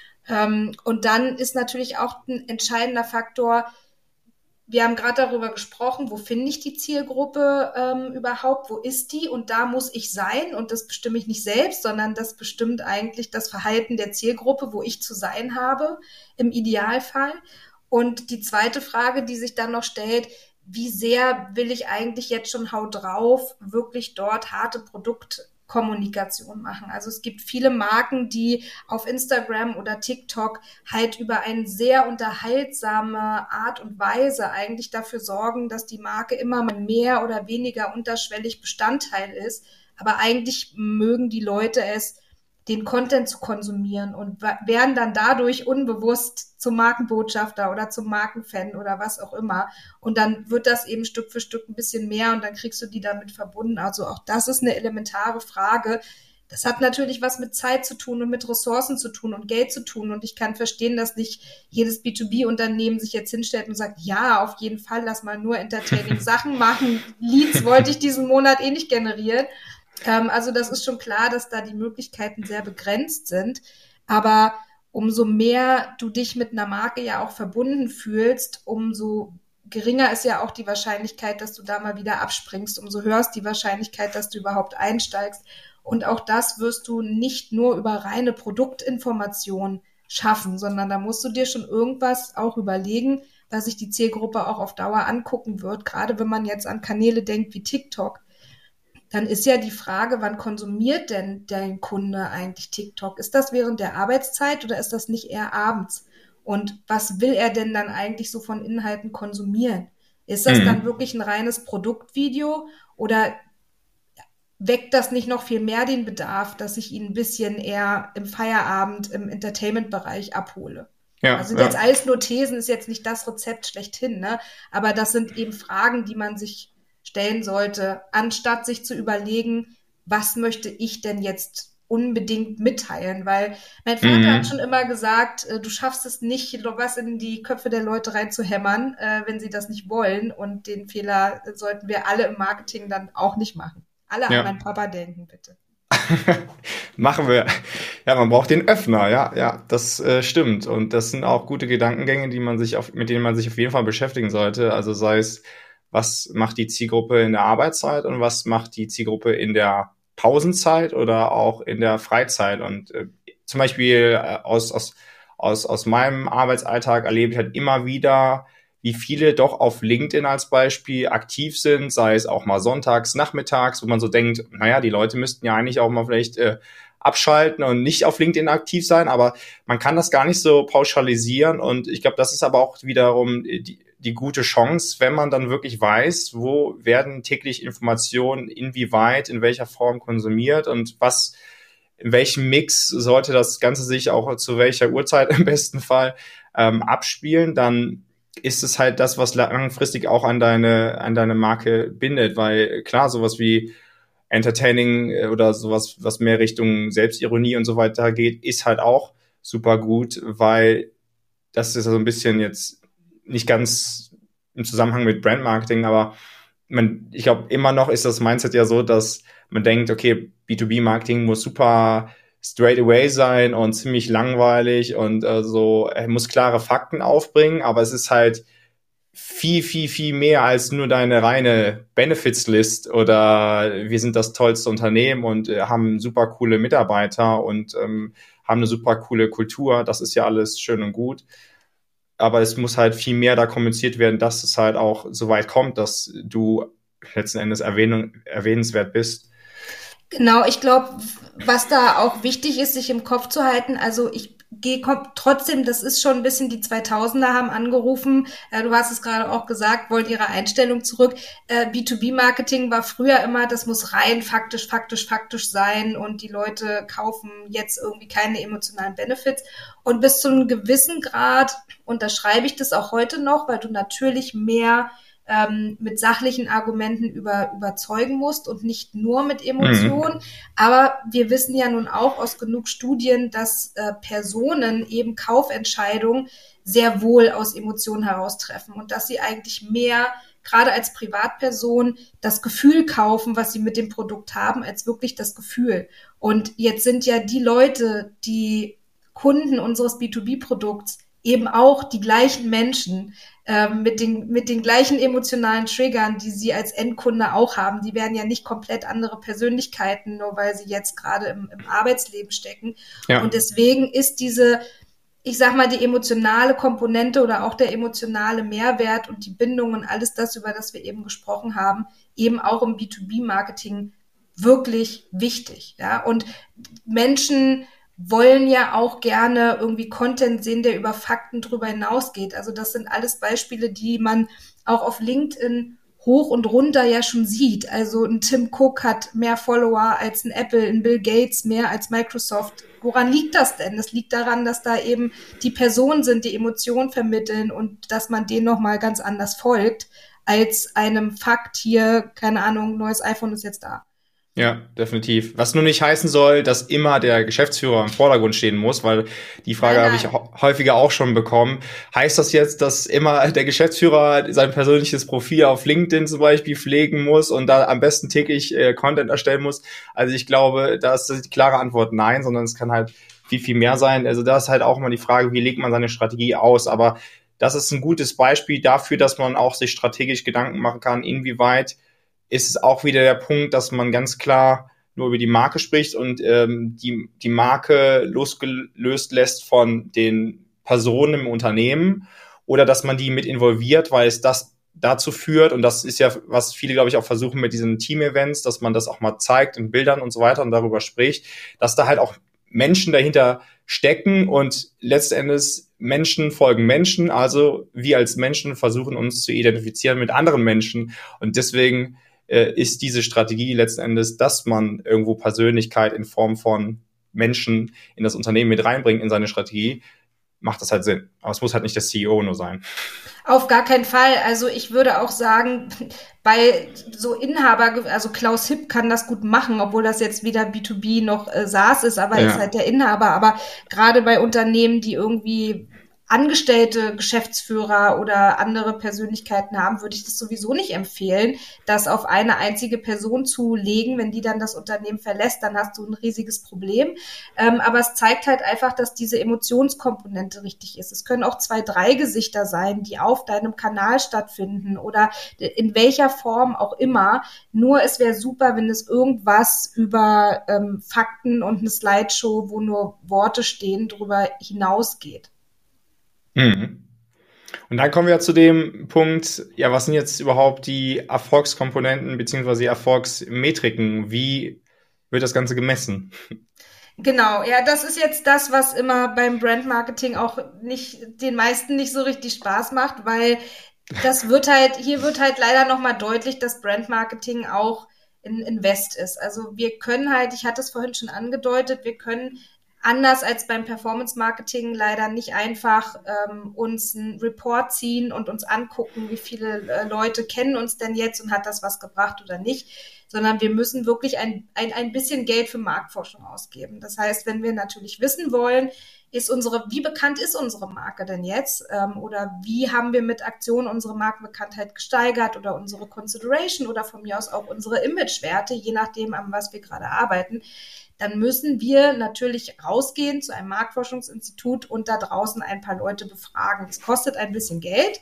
Und dann ist natürlich auch ein entscheidender Faktor, wir haben gerade darüber gesprochen, wo finde ich die Zielgruppe überhaupt, wo ist die? Und da muss ich sein und das bestimme ich nicht selbst, sondern das bestimmt eigentlich das Verhalten der Zielgruppe, wo ich zu sein habe, im Idealfall. Und die zweite Frage, die sich dann noch stellt, wie sehr will ich eigentlich jetzt schon haut drauf wirklich dort harte Produktkommunikation machen. Also es gibt viele Marken, die auf Instagram oder TikTok halt über eine sehr unterhaltsame Art und Weise eigentlich dafür sorgen, dass die Marke immer mehr oder weniger unterschwellig Bestandteil ist. Aber eigentlich mögen die Leute es, den Content zu konsumieren und werden dann dadurch unbewusst zum Markenbotschafter oder zum Markenfan oder was auch immer. Und dann wird das eben Stück für Stück ein bisschen mehr und dann kriegst du die damit verbunden. Also auch das ist eine elementare Frage. Das hat natürlich was mit Zeit zu tun und mit Ressourcen zu tun und Geld zu tun. Und ich kann verstehen, dass nicht jedes B2B-Unternehmen sich jetzt hinstellt und sagt, ja, auf jeden Fall, lass mal nur entertaining Sachen machen. Leads wollte ich diesen Monat eh nicht generieren. Also das ist schon klar, dass da die Möglichkeiten sehr begrenzt sind. Aber umso mehr du dich mit einer Marke ja auch verbunden fühlst, umso geringer ist ja auch die Wahrscheinlichkeit, dass du da mal wieder abspringst. Umso höher ist die Wahrscheinlichkeit, dass du überhaupt einsteigst. Und auch das wirst du nicht nur über reine Produktinformation schaffen, sondern da musst du dir schon irgendwas auch überlegen, was sich die Zielgruppe auch auf Dauer angucken wird. Gerade wenn man jetzt an Kanäle denkt wie TikTok, dann ist ja die Frage, wann konsumiert denn dein Kunde eigentlich TikTok? Ist das während der Arbeitszeit oder ist das nicht eher abends? Und was will er denn dann eigentlich so von Inhalten konsumieren? Ist das dann wirklich ein reines Produktvideo oder weckt das nicht noch viel mehr den Bedarf, dass ich ihn ein bisschen eher im Feierabend, im Entertainment-Bereich abhole? Ja, also jetzt alles nur Thesen, ist jetzt nicht das Rezept schlechthin, ne? Aber das sind eben Fragen, die man sich stellen sollte, anstatt sich zu überlegen, was möchte ich denn jetzt unbedingt mitteilen, weil mein Vater hat schon immer gesagt, du schaffst es nicht, was in die Köpfe der Leute reinzuhämmern, wenn sie das nicht wollen, und den Fehler sollten wir alle im Marketing dann auch nicht machen. Alle an meinen Papa denken, bitte. Machen wir. Ja, man braucht den Öffner, ja, das stimmt. Und das sind auch gute Gedankengänge, mit denen man sich auf jeden Fall beschäftigen sollte. Also sei es, was macht die Zielgruppe in der Arbeitszeit und was macht die Zielgruppe in der Pausenzeit oder auch in der Freizeit. Und zum Beispiel aus meinem Arbeitsalltag erlebe ich halt immer wieder, wie viele doch auf LinkedIn als Beispiel aktiv sind, sei es auch mal sonntags, nachmittags, wo man so denkt, naja, die Leute müssten ja eigentlich auch mal vielleicht abschalten und nicht auf LinkedIn aktiv sein, aber man kann das gar nicht so pauschalisieren und ich glaube, das ist aber auch wiederum die gute Chance, wenn man dann wirklich weiß, wo werden täglich Informationen, inwieweit, in welcher Form konsumiert und in welchem Mix sollte das Ganze sich auch zu welcher Uhrzeit im besten Fall abspielen, dann ist es halt das, was langfristig auch an deine Marke bindet, weil klar, sowas wie Entertaining oder sowas, was mehr Richtung Selbstironie und so weiter geht, ist halt auch super gut, weil das ist so ein bisschen jetzt nicht ganz im Zusammenhang mit Brandmarketing, aber ich glaube, immer noch ist das Mindset ja so, dass man denkt, okay, B2B-Marketing muss super straight away sein und ziemlich langweilig und er muss klare Fakten aufbringen, aber es ist halt viel, viel, viel mehr als nur deine reine Benefits-List oder wir sind das tollste Unternehmen und haben super coole Mitarbeiter und haben eine super coole Kultur. Das ist ja alles schön und gut. Aber es muss halt viel mehr da kommuniziert werden, dass es halt auch so weit kommt, dass du letzten Endes erwähnenswert bist. Genau, ich glaube, was da auch wichtig ist, sich im Kopf zu halten, also ich gehe trotzdem, das ist schon ein bisschen, die 2000er haben angerufen, du hast es gerade auch gesagt, wollen ihre Einstellung zurück. B2B-Marketing war früher immer, das muss rein faktisch sein und die Leute kaufen jetzt irgendwie keine emotionalen Benefits. Und bis zu einem gewissen Grad unterschreibe ich das auch heute noch, weil du natürlich mehr mit sachlichen Argumenten überzeugen musst und nicht nur mit Emotionen. Aber wir wissen ja nun auch aus genug Studien, dass Personen eben Kaufentscheidungen sehr wohl aus Emotionen heraustreffen und dass sie eigentlich mehr, gerade als Privatperson, das Gefühl kaufen, was sie mit dem Produkt haben, als wirklich das Gefühl. Und jetzt sind ja die Leute, die Kunden unseres B2B-Produkts, eben auch die gleichen Menschen mit den gleichen emotionalen Triggern, die sie als Endkunde auch haben. Die werden ja nicht komplett andere Persönlichkeiten, nur weil sie jetzt gerade im Arbeitsleben stecken. Ja. Und deswegen ist diese, ich sag mal, die emotionale Komponente oder auch der emotionale Mehrwert und die Bindung und alles das, über das wir eben gesprochen haben, eben auch im B2B-Marketing wirklich wichtig. Ja? Und Menschen wollen ja auch gerne irgendwie Content sehen, der über Fakten drüber hinausgeht. Also das sind alles Beispiele, die man auch auf LinkedIn hoch und runter ja schon sieht. Also ein Tim Cook hat mehr Follower als ein Apple, ein Bill Gates mehr als Microsoft. Woran liegt das denn? Das liegt daran, dass da eben die Personen sind, die Emotionen vermitteln und dass man denen nochmal ganz anders folgt, als einem Fakt hier, keine Ahnung, neues iPhone ist jetzt da. Ja, definitiv. Was nur nicht heißen soll, dass immer der Geschäftsführer im Vordergrund stehen muss, weil die Frage habe ich häufiger auch schon bekommen. Heißt das jetzt, dass immer der Geschäftsführer sein persönliches Profil auf LinkedIn zum Beispiel pflegen muss und da am besten täglich Content erstellen muss? Also ich glaube, da ist die klare Antwort nein, sondern es kann halt viel, viel mehr sein. Also da ist halt auch immer die Frage, wie legt man seine Strategie aus? Aber das ist ein gutes Beispiel dafür, dass man auch sich strategisch Gedanken machen kann, inwieweit ist es auch wieder der Punkt, dass man ganz klar nur über die Marke spricht und die Marke losgelöst lässt von den Personen im Unternehmen oder dass man die mit involviert, weil es das dazu führt und das ist ja, was viele, glaube ich, auch versuchen mit diesen Team-Events, dass man das auch mal zeigt in Bildern und so weiter und darüber spricht, dass da halt auch Menschen dahinter stecken und letztendlich Menschen folgen Menschen, also wir als Menschen versuchen uns zu identifizieren mit anderen Menschen und deswegen ist diese Strategie letzten Endes, dass man irgendwo Persönlichkeit in Form von Menschen in das Unternehmen mit reinbringt in seine Strategie, macht das halt Sinn. Aber es muss halt nicht der CEO nur sein. Auf gar keinen Fall. Also ich würde auch sagen, bei so Inhaber, also Klaus Hipp kann das gut machen, obwohl das jetzt wieder B2B noch SaaS ist, aber ist halt der Inhaber. Aber gerade bei Unternehmen, die irgendwie angestellte Geschäftsführer oder andere Persönlichkeiten haben, würde ich das sowieso nicht empfehlen, das auf eine einzige Person zu legen. Wenn die dann das Unternehmen verlässt, dann hast du ein riesiges Problem. Aber es zeigt halt einfach, dass diese Emotionskomponente richtig ist. Es können auch 2, 3 Gesichter sein, die auf deinem Kanal stattfinden oder in welcher Form auch immer. Nur es wäre super, wenn es irgendwas über Fakten und eine Slideshow, wo nur Worte stehen, drüber hinausgeht. Mhm. Und dann kommen wir zu dem Punkt, ja, was sind jetzt überhaupt die Erfolgskomponenten beziehungsweise die Erfolgsmetriken? Wie wird das Ganze gemessen? Genau, ja, das ist jetzt das, was immer beim Brandmarketing auch den meisten nicht so richtig Spaß macht, weil hier wird halt leider nochmal deutlich, dass Brandmarketing auch ein Invest ist. Also wir können halt, ich hatte es vorhin schon angedeutet, wir können anders als beim Performance-Marketing leider nicht einfach uns einen Report ziehen und uns angucken, wie viele Leute kennen uns denn jetzt und hat das was gebracht oder nicht, sondern wir müssen wirklich ein bisschen Geld für Marktforschung ausgeben. Das heißt, wenn wir natürlich wissen wollen, wie bekannt ist unsere Marke denn jetzt? Oder wie haben wir mit Aktionen unsere Markenbekanntheit gesteigert oder unsere Consideration oder von mir aus auch unsere Imagewerte, je nachdem, an was wir gerade arbeiten, dann müssen wir natürlich rausgehen zu einem Marktforschungsinstitut und da draußen ein paar Leute befragen. Das kostet ein bisschen Geld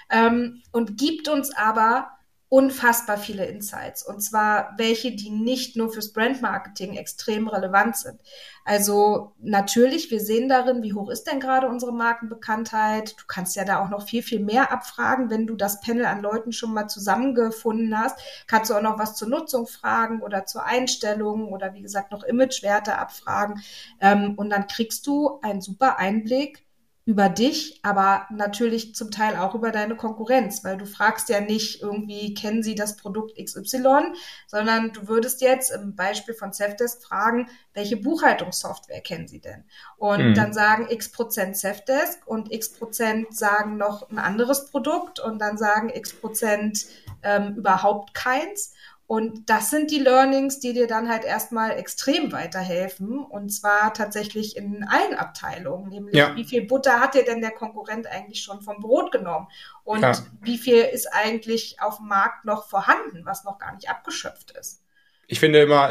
und gibt uns aber unfassbar viele Insights. Und zwar welche, die nicht nur fürs Brandmarketing extrem relevant sind. Also natürlich, wir sehen darin, wie hoch ist denn gerade unsere Markenbekanntheit. Du kannst ja da auch noch viel, viel mehr abfragen. Wenn du das Panel an Leuten schon mal zusammengefunden hast, kannst du auch noch was zur Nutzung fragen oder zur Einstellung oder wie gesagt noch Imagewerte abfragen. Und dann kriegst du einen super Einblick über dich, aber natürlich zum Teil auch über deine Konkurrenz, weil du fragst ja nicht irgendwie, kennen Sie das Produkt XY, sondern du würdest jetzt im Beispiel von Safdesk fragen, welche Buchhaltungssoftware kennen Sie denn? Und dann sagen x% Safdesk und x% sagen noch ein anderes Produkt und dann sagen x% überhaupt keins. Und das sind die Learnings, die dir dann halt erstmal extrem weiterhelfen. Und zwar tatsächlich in allen Abteilungen. Nämlich, Wie viel Butter hat dir denn der Konkurrent eigentlich schon vom Brot genommen? Und wie viel ist eigentlich auf dem Markt noch vorhanden, was noch gar nicht abgeschöpft ist? Ich finde immer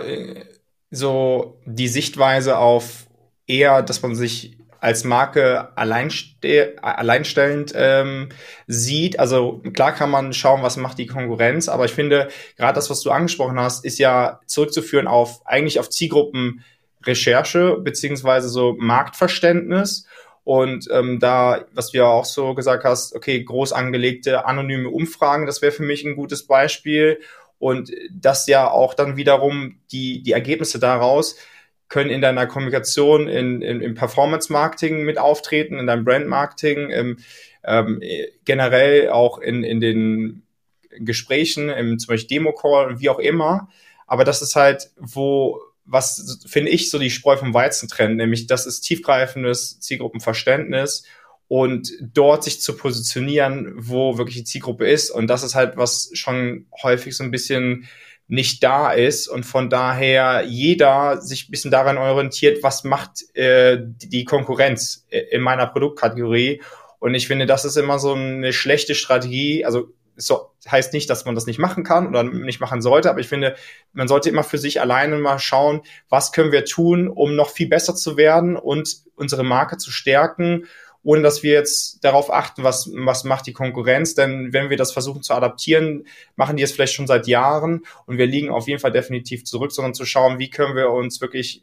so die Sichtweise auf eher, dass man sich als Marke alleinstellend sieht. Also klar kann man schauen, was macht die Konkurrenz, aber ich finde, gerade das, was du angesprochen hast, ist ja zurückzuführen eigentlich auf Zielgruppenrecherche beziehungsweise so Marktverständnis. Und da, was du auch so gesagt hast, okay, groß angelegte anonyme Umfragen, das wäre für mich ein gutes Beispiel. Und das ja auch dann wiederum die Ergebnisse daraus können in deiner Kommunikation, im Performance-Marketing mit auftreten, in deinem Brand-Marketing, generell auch in den Gesprächen, zum Beispiel Demo-Call und wie auch immer. Aber das ist halt, was finde ich so die Spreu vom Weizen trennt, nämlich das ist tiefgreifendes Zielgruppenverständnis und dort sich zu positionieren, wo wirklich die Zielgruppe ist. Und das ist halt, was schon häufig so ein bisschen nicht da ist und von daher jeder sich ein bisschen daran orientiert, was macht die Konkurrenz in meiner Produktkategorie. Und ich finde, das ist immer so eine schlechte Strategie. Also heißt nicht, dass man das nicht machen kann oder nicht machen sollte, aber ich finde, man sollte immer für sich alleine mal schauen, was können wir tun, um noch viel besser zu werden und unsere Marke zu stärken, ohne dass wir jetzt darauf achten, was macht die Konkurrenz. Denn wenn wir das versuchen zu adaptieren, machen die es vielleicht schon seit Jahren und wir liegen auf jeden Fall definitiv zurück, sondern zu schauen, wie können wir uns wirklich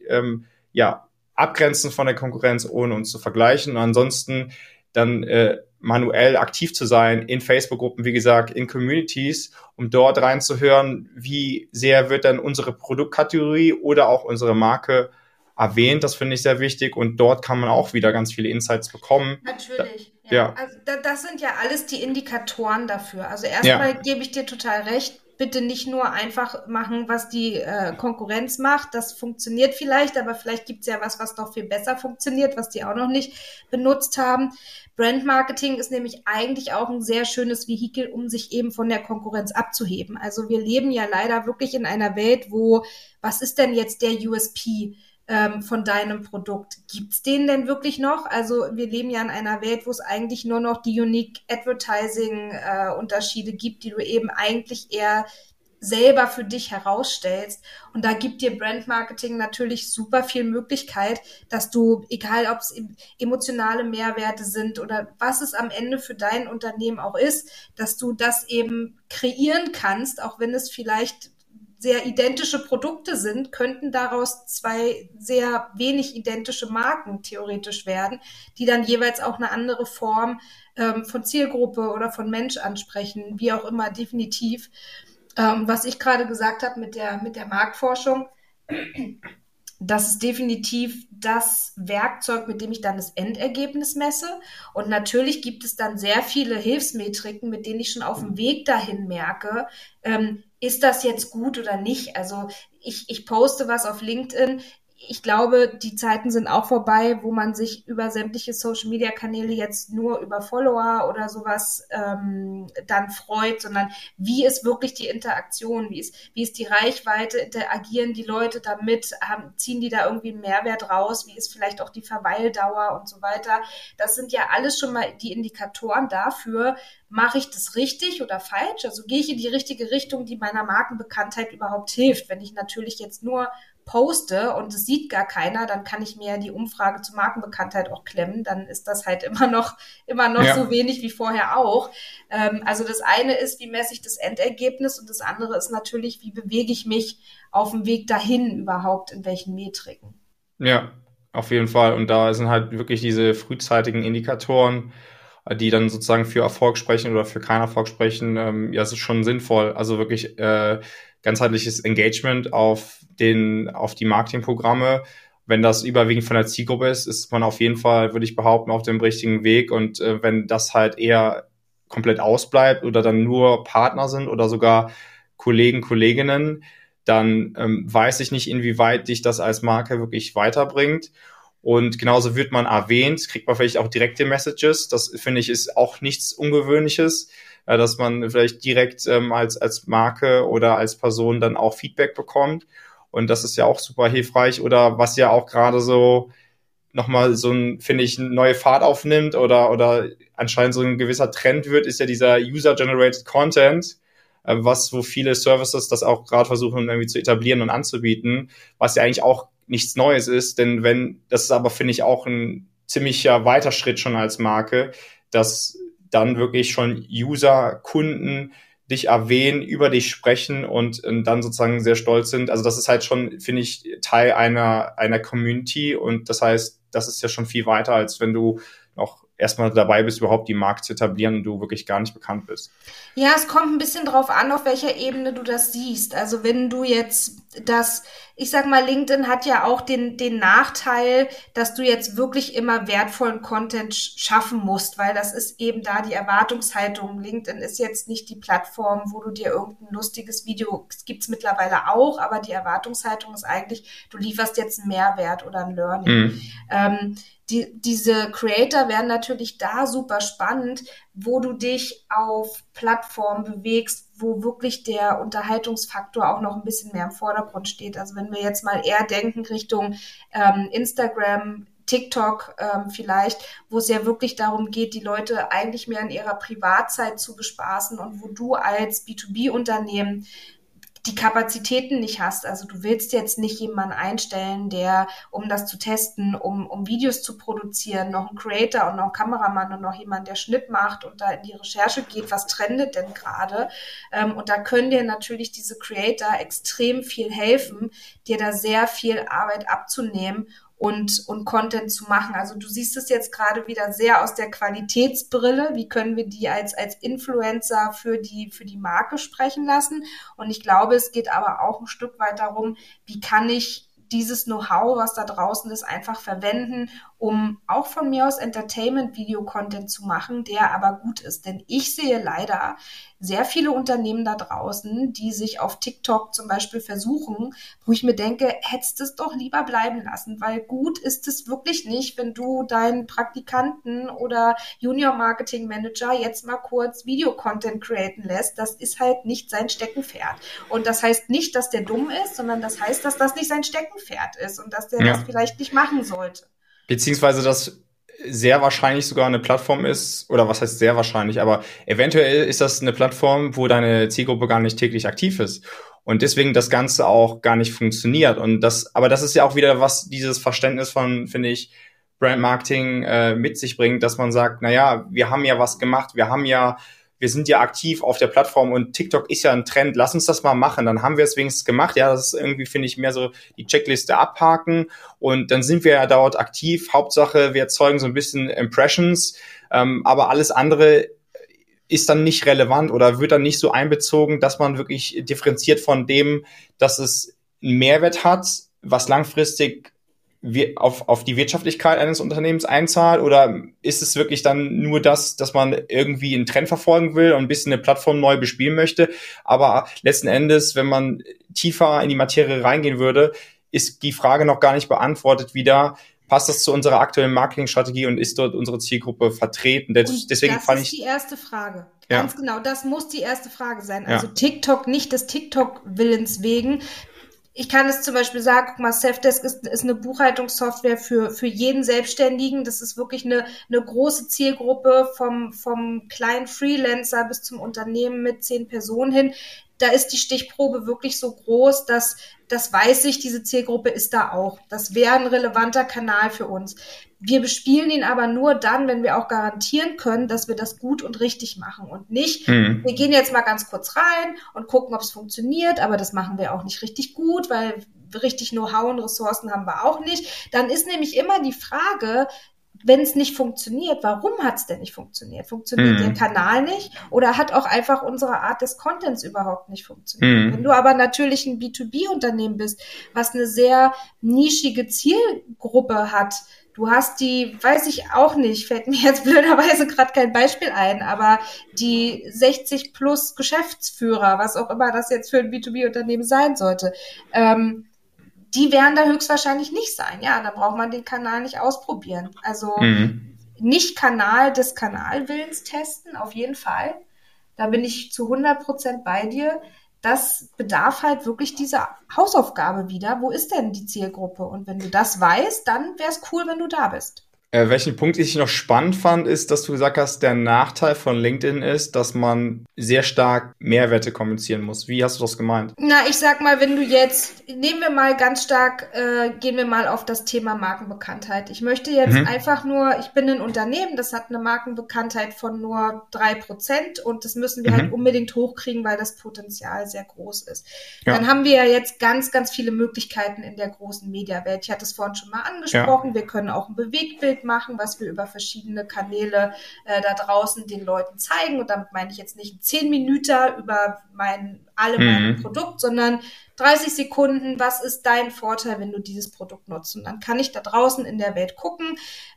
abgrenzen von der Konkurrenz, ohne uns zu vergleichen. Und ansonsten dann manuell aktiv zu sein in Facebook-Gruppen, wie gesagt, in Communities, um dort reinzuhören, wie sehr wird dann unsere Produktkategorie oder auch unsere Marke erwähnt. Das finde ich sehr wichtig und dort kann man auch wieder ganz viele Insights bekommen. Natürlich, ja. Also das sind ja alles die Indikatoren dafür. Also erstmal gebe ich dir total recht, bitte nicht nur einfach machen, was die Konkurrenz macht. Das funktioniert vielleicht, aber vielleicht gibt es ja was noch viel besser funktioniert, was die auch noch nicht benutzt haben. Brandmarketing ist nämlich eigentlich auch ein sehr schönes Vehikel, um sich eben von der Konkurrenz abzuheben. Also wir leben ja leider wirklich in einer Welt, was ist denn jetzt der USP? von deinem Produkt. Gibt's den denn wirklich noch? Also wir leben ja in einer Welt, wo es eigentlich nur noch die Unique Advertising Unterschiede gibt, die du eben eigentlich eher selber für dich herausstellst. Und da gibt dir Brandmarketing natürlich super viel Möglichkeit, dass du, egal ob es emotionale Mehrwerte sind oder was es am Ende für dein Unternehmen auch ist, dass du das eben kreieren kannst, auch wenn es vielleicht sehr identische Produkte sind, könnten daraus zwei sehr wenig identische Marken theoretisch werden, die dann jeweils auch eine andere Form von Zielgruppe oder von Mensch ansprechen, wie auch immer, definitiv. Was ich gerade gesagt habe mit der Marktforschung, das ist definitiv das Werkzeug, mit dem ich dann das Endergebnis messe. Und natürlich gibt es dann sehr viele Hilfsmetriken, mit denen ich schon auf dem Weg dahin merke, ist das jetzt gut oder nicht? Also ich poste was auf LinkedIn. Ich glaube, die Zeiten sind auch vorbei, wo man sich über sämtliche Social-Media-Kanäle jetzt nur über Follower oder sowas dann freut, sondern wie ist wirklich die Interaktion, wie ist die Reichweite, interagieren die Leute damit, ziehen die da irgendwie einen Mehrwert raus, wie ist vielleicht auch die Verweildauer und so weiter. Das sind ja alles schon mal die Indikatoren dafür, mache ich das richtig oder falsch? Also gehe ich in die richtige Richtung, die meiner Markenbekanntheit überhaupt hilft? Wenn ich natürlich jetzt nur poste und es sieht gar keiner, dann kann ich mir die Umfrage zur Markenbekanntheit auch klemmen. Dann ist das halt immer noch so wenig wie vorher auch. Also das eine ist, wie messe ich das Endergebnis und das andere ist natürlich, wie bewege ich mich auf dem Weg dahin überhaupt, in welchen Metriken. Ja, auf jeden Fall. Und da sind halt wirklich diese frühzeitigen Indikatoren, die dann sozusagen für Erfolg sprechen oder für keinen Erfolg sprechen, ja, es ist schon sinnvoll. Also wirklich ganzheitliches Engagement auf die Marketingprogramme. Wenn das überwiegend von der Zielgruppe ist man auf jeden Fall, würde ich behaupten, auf dem richtigen Weg. Und wenn das halt eher komplett ausbleibt oder dann nur Partner sind oder sogar Kollegen, Kolleginnen, dann weiß ich nicht, inwieweit dich das als Marke wirklich weiterbringt. Und genauso wird man erwähnt, kriegt man vielleicht auch direkte Messages. Das finde ich ist auch nichts Ungewöhnliches, dass man vielleicht direkt als Marke oder als Person dann auch Feedback bekommt. Und das ist ja auch super hilfreich. Oder was ja auch gerade so nochmal so finde ich, eine neue Fahrt aufnimmt oder anscheinend so ein gewisser Trend wird, ist ja dieser User-Generated Content, wo viele Services das auch gerade versuchen irgendwie zu etablieren und anzubieten, was ja eigentlich auch nichts Neues ist, denn das ist aber, finde ich, auch ein ziemlicher weiter Schritt schon als Marke, dass dann wirklich schon User, Kunden dich erwähnen, über dich sprechen und dann sozusagen sehr stolz sind. Also das ist halt schon, finde ich, Teil einer Community und das heißt, das ist ja schon viel weiter, als wenn du noch erstmal dabei bist, überhaupt die Marke zu etablieren und du wirklich gar nicht bekannt bist. Ja, es kommt ein bisschen drauf an, auf welcher Ebene du das siehst. Also wenn du jetzt ich sag mal, LinkedIn hat ja auch den Nachteil, dass du jetzt wirklich immer wertvollen Content schaffen musst, weil das ist eben da die Erwartungshaltung. LinkedIn ist jetzt nicht die Plattform, wo du dir irgendein lustiges Video, es gibt's mittlerweile auch, aber die Erwartungshaltung ist eigentlich, du lieferst jetzt einen Mehrwert oder ein Learning. Diese Creator werden natürlich da super spannend, wo du dich auf Plattformen bewegst, wo wirklich der Unterhaltungsfaktor auch noch ein bisschen mehr im Vordergrund steht. Also wenn wir jetzt mal eher denken Richtung Instagram, TikTok vielleicht, wo es ja wirklich darum geht, die Leute eigentlich mehr in ihrer Privatzeit zu bespaßen und wo du als B2B-Unternehmen die Kapazitäten nicht hast. Also du willst jetzt nicht jemanden einstellen, der, um das zu testen, um Videos zu produzieren, noch einen Creator und noch einen Kameramann und noch jemand, der Schnitt macht und da in die Recherche geht, was trendet denn gerade. Und da können dir natürlich diese Creator extrem viel helfen, dir da sehr viel Arbeit abzunehmen und Content zu machen. Also du siehst es jetzt gerade wieder sehr aus der Qualitätsbrille. Wie können wir die als Influencer für die Marke sprechen lassen? Und ich glaube, es geht aber auch ein Stück weit darum, wie kann ich dieses Know-how, was da draußen ist, einfach verwenden, um auch von mir aus Entertainment-Video-Content zu machen, der aber gut ist. Denn ich sehe leider sehr viele Unternehmen da draußen, die sich auf TikTok zum Beispiel versuchen, wo ich mir denke, hättest es doch lieber bleiben lassen, weil gut ist es wirklich nicht, wenn du deinen Praktikanten oder Junior-Marketing-Manager jetzt mal kurz Video-Content createn lässt. Das ist halt nicht sein Steckenpferd. Und das heißt nicht, dass der dumm ist, sondern das heißt, dass das nicht sein Steckenpferd Sprungpferd ist und dass der das vielleicht nicht machen sollte. Beziehungsweise das sehr wahrscheinlich sogar eine Plattform ist, oder was heißt sehr wahrscheinlich, aber eventuell ist das eine Plattform, wo deine Zielgruppe gar nicht täglich aktiv ist und deswegen das Ganze auch gar nicht funktioniert. Aber das ist ja auch wieder, was dieses Verständnis von, finde ich, Brandmarketing mit sich bringt, dass man sagt, naja, wir haben ja was gemacht, wir sind ja aktiv auf der Plattform und TikTok ist ja ein Trend, lass uns das mal machen, dann haben wir es wenigstens gemacht. Ja, das ist irgendwie, finde ich, mehr so die Checkliste abhaken und dann sind wir ja dort aktiv. Hauptsache, wir erzeugen so ein bisschen Impressions, aber alles andere ist dann nicht relevant oder wird dann nicht so einbezogen, dass man wirklich differenziert von dem, dass es einen Mehrwert hat, was langfristig auf die Wirtschaftlichkeit eines Unternehmens einzahlt, oder ist es wirklich dann nur das, dass man irgendwie einen Trend verfolgen will und ein bisschen eine Plattform neu bespielen möchte, aber letzten Endes, wenn man tiefer in die Materie reingehen würde, ist die Frage noch gar nicht beantwortet wieder, passt das zu unserer aktuellen Marketingstrategie und ist dort unsere Zielgruppe vertreten? Deswegen das ist die erste Frage. Ganz genau, das muss die erste Frage sein. Also TikTok nicht des TikTok-Willens wegen. Ich kann es zum Beispiel sagen, guck mal, Safdesk ist eine Buchhaltungssoftware für jeden Selbstständigen. Das ist wirklich eine große Zielgruppe vom kleinen Freelancer bis zum Unternehmen mit 10 Personen hin. Da ist die Stichprobe wirklich so groß, dass das weiß ich, diese Zielgruppe ist da auch. Das wäre ein relevanter Kanal für uns. Wir bespielen ihn aber nur dann, wenn wir auch garantieren können, dass wir das gut und richtig machen und nicht, wir gehen jetzt mal ganz kurz rein und gucken, ob es funktioniert, aber das machen wir auch nicht richtig gut, weil richtig Know-how und Ressourcen haben wir auch nicht. Dann ist nämlich immer die Frage, wenn es nicht funktioniert, warum hat es denn nicht funktioniert? Funktioniert der Kanal nicht oder hat auch einfach unsere Art des Contents überhaupt nicht funktioniert? Wenn du aber natürlich ein B2B-Unternehmen bist, was eine sehr nischige Zielgruppe hat, du hast die, weiß ich auch nicht, fällt mir jetzt blöderweise gerade kein Beispiel ein, aber die 60 plus Geschäftsführer, was auch immer das jetzt für ein B2B-Unternehmen sein sollte, die werden da höchstwahrscheinlich nicht sein. Ja, da braucht man den Kanal nicht ausprobieren. Also nicht Kanal des Kanalwillens testen, auf jeden Fall. Da bin ich zu 100% bei dir. Das bedarf halt wirklich dieser Hausaufgabe wieder. Wo ist denn die Zielgruppe? Und wenn du das weißt, dann wäre es cool, wenn du da bist. Welchen Punkt ich noch spannend fand, ist, dass du gesagt hast, der Nachteil von LinkedIn ist, dass man sehr stark Mehrwerte kommunizieren muss. Wie hast du das gemeint? Na, ich sag mal, wenn du jetzt, nehmen wir mal ganz stark, gehen wir mal auf das Thema Markenbekanntheit. Ich möchte jetzt einfach nur, ich bin ein Unternehmen, das hat eine Markenbekanntheit von nur 3% und das müssen wir halt unbedingt hochkriegen, weil das Potenzial sehr groß ist. Ja. Dann haben wir ja jetzt ganz, ganz viele Möglichkeiten in der großen Mediawelt. Ich hatte es vorhin schon mal angesprochen, wir können auch ein Bewegtbild machen, was wir über verschiedene Kanäle da draußen den Leuten zeigen. Und damit meine ich jetzt nicht 10 Minuten über mein Produkt, sondern 30 Sekunden, was ist dein Vorteil, wenn du dieses Produkt nutzt? Und dann kann ich da draußen in der Welt gucken,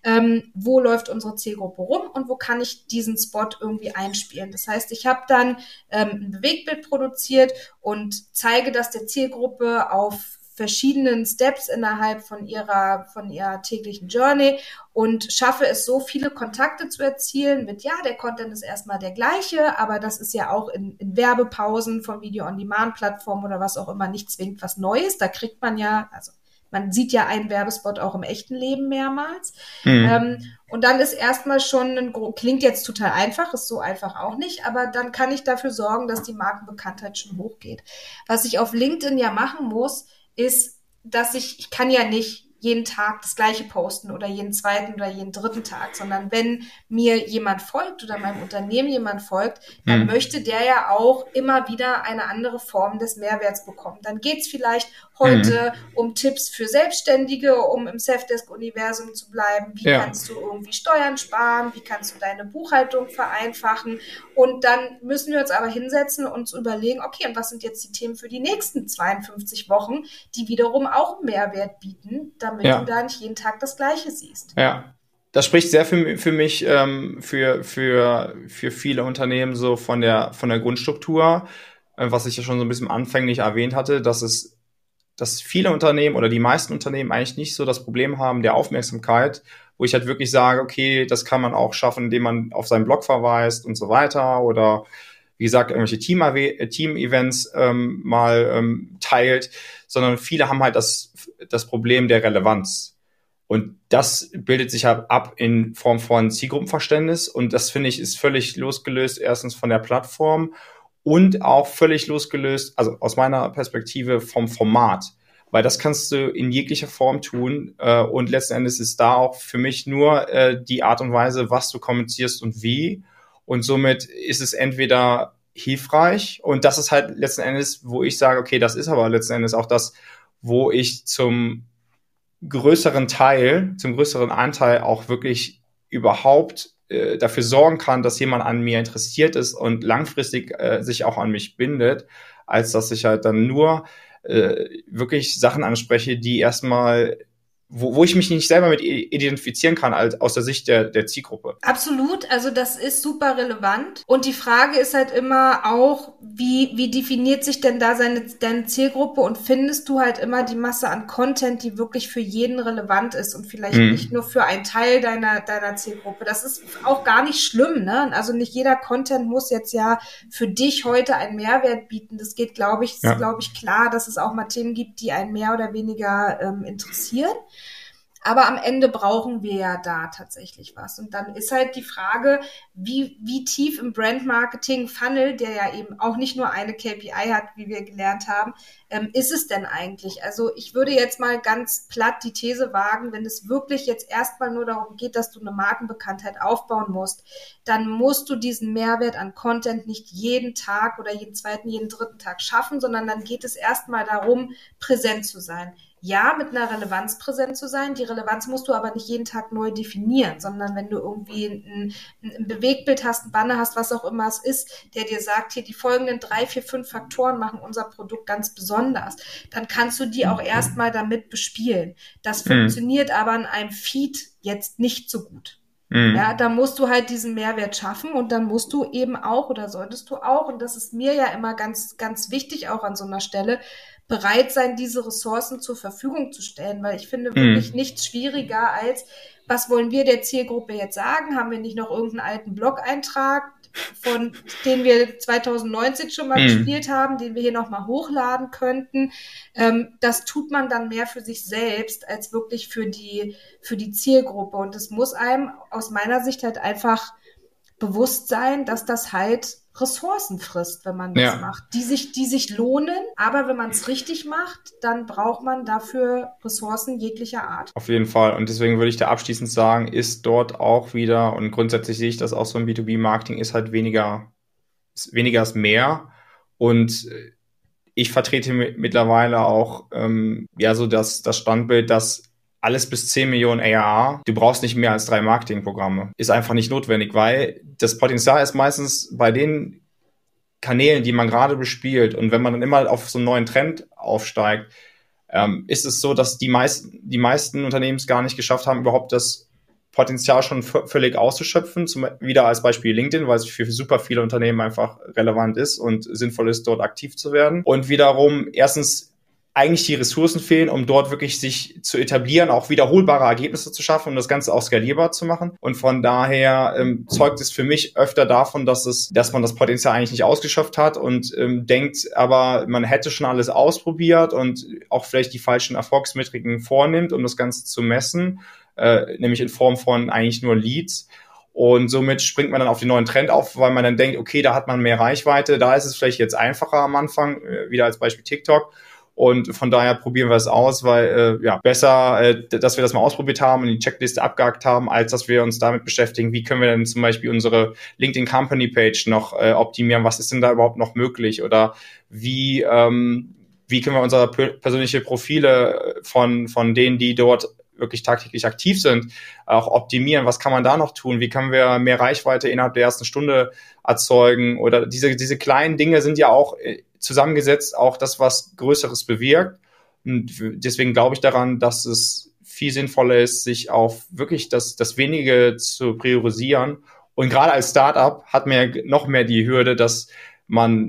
wo läuft unsere Zielgruppe rum und wo kann ich diesen Spot irgendwie einspielen. Das heißt, ich habe dann ein Bewegtbild produziert und zeige das der Zielgruppe auf verschiedenen Steps innerhalb von ihrer täglichen Journey und schaffe es so, viele Kontakte zu erzielen mit, ja, der Content ist erstmal der gleiche, aber das ist ja auch in Werbepausen von Video-on-Demand-Plattformen oder was auch immer nicht zwingend was Neues. Da kriegt man ja, also man sieht ja einen Werbespot auch im echten Leben mehrmals. Und dann ist erstmal schon klingt jetzt total einfach, ist so einfach auch nicht, aber dann kann ich dafür sorgen, dass die Markenbekanntheit schon hochgeht. Was ich auf LinkedIn ja machen muss, ist, dass ich kann ja nicht jeden Tag das Gleiche posten oder jeden zweiten oder jeden dritten Tag, sondern wenn mir jemand folgt oder meinem Unternehmen jemand folgt, dann möchte der ja auch immer wieder eine andere Form des Mehrwerts bekommen. Dann geht's vielleicht heute um Tipps für Selbstständige, um im Safdesk-Universum zu bleiben. Wie kannst du irgendwie Steuern sparen? Wie kannst du deine Buchhaltung vereinfachen? Und dann müssen wir uns aber hinsetzen und uns überlegen, okay, und was sind jetzt die Themen für die nächsten 52 Wochen, die wiederum auch einen Mehrwert bieten, damit du da nicht jeden Tag das Gleiche siehst. Ja, das spricht sehr für mich, für viele Unternehmen so von der Grundstruktur, was ich ja schon so ein bisschen anfänglich erwähnt hatte, dass viele Unternehmen oder die meisten Unternehmen eigentlich nicht so das Problem haben der Aufmerksamkeit, wo ich halt wirklich sage, okay, das kann man auch schaffen, indem man auf seinen Blog verweist und so weiter oder wie gesagt, irgendwelche Team-Events teilt, sondern viele haben halt das Problem der Relevanz. Und das bildet sich halt ab in Form von Zielgruppenverständnis. Und das, finde ich, ist völlig losgelöst erstens von der Plattform und auch völlig losgelöst, also aus meiner Perspektive vom Format. Weil das kannst du in jeglicher Form tun. Und letzten Endes ist da auch für mich nur die Art und Weise, was du kommunizierst und wie. Und somit ist es entweder hilfreich, und das ist halt letzten Endes, wo ich sage, okay, das ist aber letzten Endes auch das, wo ich zum größeren Anteil auch wirklich überhaupt dafür sorgen kann, dass jemand an mir interessiert ist und langfristig sich auch an mich bindet, als dass ich halt dann nur wirklich Sachen anspreche, die erstmal, wo ich mich nicht selber mit identifizieren kann, aus der Sicht der Zielgruppe. Absolut, also das ist super relevant. Und die Frage ist halt immer auch, wie definiert sich denn da deine Zielgruppe, und findest du halt immer die Masse an Content, die wirklich für jeden relevant ist und vielleicht nicht nur für einen Teil deiner Zielgruppe. Das ist auch gar nicht schlimm, ne? Also nicht jeder Content muss jetzt ja für dich heute einen Mehrwert bieten. Das geht, glaube ich, klar, dass es auch mal Themen gibt, die einen mehr oder weniger interessieren. Aber am Ende brauchen wir ja da tatsächlich was. Und dann ist halt die Frage, wie tief im Brand-Marketing-Funnel, der ja eben auch nicht nur eine KPI hat, wie wir gelernt haben, ist es denn eigentlich? Also ich würde jetzt mal ganz platt die These wagen, wenn es wirklich jetzt erstmal nur darum geht, dass du eine Markenbekanntheit aufbauen musst, dann musst du diesen Mehrwert an Content nicht jeden Tag oder jeden zweiten, jeden dritten Tag schaffen, sondern dann geht es erstmal darum, präsent zu sein. Ja, mit einer Relevanz präsent zu sein. Die Relevanz musst du aber nicht jeden Tag neu definieren, sondern wenn du irgendwie ein Bewegtbild hast, ein Banner hast, was auch immer es ist, der dir sagt, hier die folgenden 3, 4, 5 Faktoren machen unser Produkt ganz besonders, dann kannst du die auch erstmal damit bespielen. Das funktioniert aber in einem Feed jetzt nicht so gut. Ja, da musst du halt diesen Mehrwert schaffen, und dann musst du eben auch, oder solltest du auch, und das ist mir ja immer ganz, ganz wichtig auch an so einer Stelle, bereit sein, diese Ressourcen zur Verfügung zu stellen, weil ich finde wirklich nichts schwieriger als, was wollen wir der Zielgruppe jetzt sagen? Haben wir nicht noch irgendeinen alten Blog-Eintrag, von den wir 2019 schon mal gespielt haben, den wir hier nochmal hochladen könnten? Das tut man dann mehr für sich selbst als wirklich für die Zielgruppe. Und es muss einem aus meiner Sicht halt einfach bewusst sein, dass das halt Ressourcen frisst, wenn man das macht, die sich lohnen, aber wenn man es richtig macht, dann braucht man dafür Ressourcen jeglicher Art. Auf jeden Fall, und deswegen würde ich da abschließend sagen, ist dort auch wieder, und grundsätzlich sehe ich das auch so im B2B-Marketing, ist halt weniger ist mehr, und ich vertrete mittlerweile auch so das Standbild, dass alles bis 10 Millionen ARR, du brauchst nicht mehr als 3 Marketingprogramme. Ist einfach nicht notwendig, weil das Potenzial ist meistens bei den Kanälen, die man gerade bespielt, und wenn man dann immer auf so einen neuen Trend aufsteigt, ist es so, dass die meisten Unternehmen es gar nicht geschafft haben, überhaupt das Potenzial schon völlig auszuschöpfen. Wieder als Beispiel LinkedIn, weil es für super viele Unternehmen einfach relevant ist und sinnvoll ist, dort aktiv zu werden. Und wiederum erstens eigentlich die Ressourcen fehlen, um dort wirklich sich zu etablieren, auch wiederholbare Ergebnisse zu schaffen und das Ganze auch skalierbar zu machen. Und von daher zeugt es für mich öfter davon, dass man das Potenzial eigentlich nicht ausgeschöpft hat und denkt, aber man hätte schon alles ausprobiert und auch vielleicht die falschen Erfolgsmetriken vornimmt, um das Ganze zu messen, nämlich in Form von eigentlich nur Leads. Und somit springt man dann auf den neuen Trend auf, weil man dann denkt, okay, da hat man mehr Reichweite, da ist es vielleicht jetzt einfacher am Anfang, wieder als Beispiel TikTok. Und von daher probieren wir es aus, weil besser, dass wir das mal ausprobiert haben und die Checkliste abgehakt haben, als dass wir uns damit beschäftigen, wie können wir denn zum Beispiel unsere LinkedIn Company Page noch optimieren, was ist denn da überhaupt noch möglich, oder wie können wir unsere persönliche Profile von denen, die dort wirklich tagtäglich aktiv sind, auch optimieren. Was kann man da noch tun? Wie können wir mehr Reichweite innerhalb der ersten Stunde erzeugen? Oder diese kleinen Dinge sind ja auch zusammengesetzt auch das, was Größeres bewirkt. Und deswegen glaube ich daran, dass es viel sinnvoller ist, sich auf wirklich das Wenige zu priorisieren. Und gerade als Startup hat man ja noch mehr die Hürde, dass man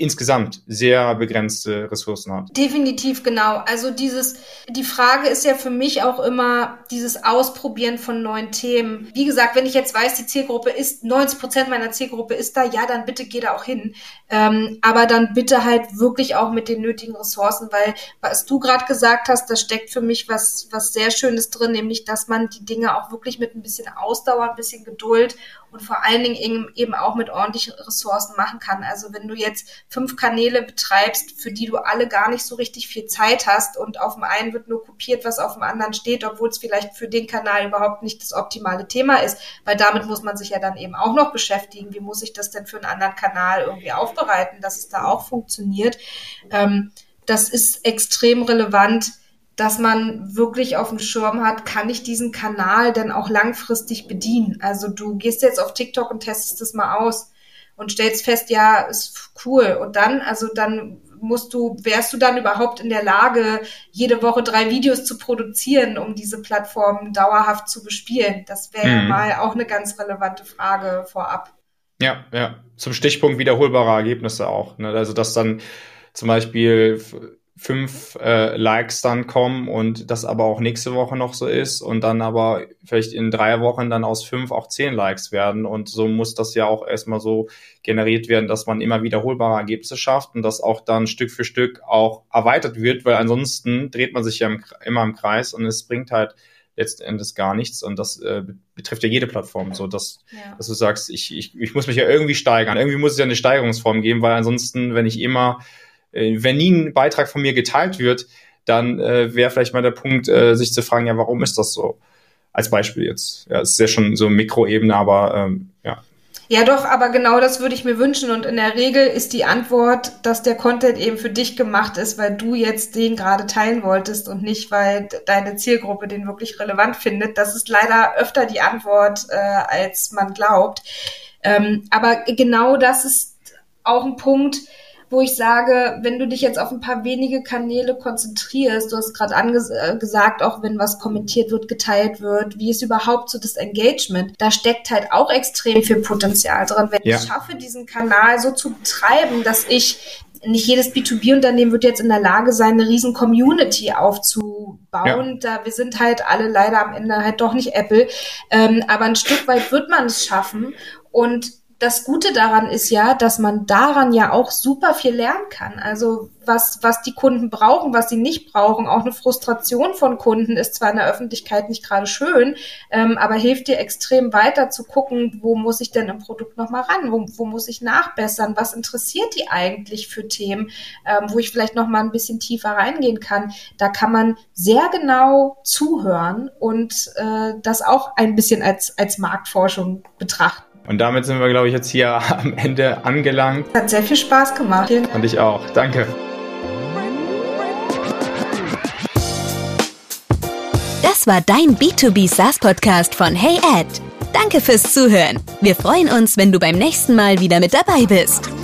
insgesamt sehr begrenzte Ressourcen hat. Definitiv, genau. Also die Frage ist ja für mich auch immer dieses Ausprobieren von neuen Themen. Wie gesagt, wenn ich jetzt weiß, die Zielgruppe ist, 90% meiner Zielgruppe ist da, ja, dann bitte geh da auch hin. Aber dann bitte halt wirklich auch mit den nötigen Ressourcen, weil was du gerade gesagt hast, da steckt für mich was sehr Schönes drin, nämlich, dass man die Dinge auch wirklich mit ein bisschen Ausdauer, ein bisschen Geduld und vor allen Dingen eben auch mit ordentlichen Ressourcen machen kann. Also wenn du jetzt 5 Kanäle betreibst, für die du alle gar nicht so richtig viel Zeit hast und auf dem einen wird nur kopiert, was auf dem anderen steht, obwohl es vielleicht für den Kanal überhaupt nicht das optimale Thema ist, weil damit muss man sich ja dann eben auch noch beschäftigen. Wie muss ich das denn für einen anderen Kanal irgendwie aufbereiten, dass es da auch funktioniert? Das ist extrem relevant, dass man wirklich auf dem Schirm hat, kann ich diesen Kanal denn auch langfristig bedienen? Also du gehst jetzt auf TikTok und testest das mal aus und stellst fest, ja, ist cool. Und dann wärst du dann überhaupt in der Lage, jede Woche 3 Videos zu produzieren, um diese Plattform dauerhaft zu bespielen? Das wäre ja mal auch eine ganz relevante Frage vorab. Ja. Zum Stichpunkt wiederholbare Ergebnisse auch. Ne? Also dass dann zum Beispiel 5 Likes dann kommen und das aber auch nächste Woche noch so ist und dann aber vielleicht in 3 Wochen dann aus 5 auch 10 Likes werden und so muss das ja auch erstmal so generiert werden, dass man immer wiederholbare Ergebnisse schafft und das auch dann Stück für Stück auch erweitert wird, weil ansonsten dreht man sich ja immer im Kreis und es bringt halt letzten Endes gar nichts und das betrifft ja jede Plattform, so dass du sagst, ich muss mich ja irgendwie steigern, irgendwie muss es ja eine Steigerungsform geben, weil ansonsten, wenn nie ein Beitrag von mir geteilt wird, dann wäre vielleicht mal der Punkt, sich zu fragen, ja, warum ist das so? Als Beispiel jetzt. Ja, es ist ja schon so Mikroebene, aber ja. Ja doch, aber genau das würde ich mir wünschen und in der Regel ist die Antwort, dass der Content eben für dich gemacht ist, weil du jetzt den gerade teilen wolltest und nicht, weil deine Zielgruppe den wirklich relevant findet. Das ist leider öfter die Antwort, als man glaubt. Aber genau das ist auch ein Punkt, wo ich sage, wenn du dich jetzt auf ein paar wenige Kanäle konzentrierst, du hast gerade gesagt, auch wenn was kommentiert wird, geteilt wird, wie ist überhaupt so das Engagement, da steckt halt auch extrem viel Potenzial drin. Wenn ich schaffe, diesen Kanal so zu betreiben, dass nicht jedes B2B-Unternehmen wird jetzt in der Lage sein, eine riesen Community aufzubauen. Wir sind halt alle leider am Ende halt doch nicht Apple. Aber ein Stück weit wird man es schaffen und das Gute daran ist ja, dass man daran ja auch super viel lernen kann. Also was die Kunden brauchen, was sie nicht brauchen. Auch eine Frustration von Kunden ist zwar in der Öffentlichkeit nicht gerade schön, aber hilft dir extrem weiter zu gucken, wo muss ich denn im Produkt nochmal ran? Wo muss ich nachbessern? Was interessiert die eigentlich für Themen, wo ich vielleicht nochmal ein bisschen tiefer reingehen kann? Da kann man sehr genau zuhören und das auch ein bisschen als Marktforschung betrachten. Und damit sind wir, glaube ich, jetzt hier am Ende angelangt. Hat sehr viel Spaß gemacht. Und ich auch. Danke. Das war dein B2B SaaS-Podcast von Hey Ed. Danke fürs Zuhören. Wir freuen uns, wenn du beim nächsten Mal wieder mit dabei bist.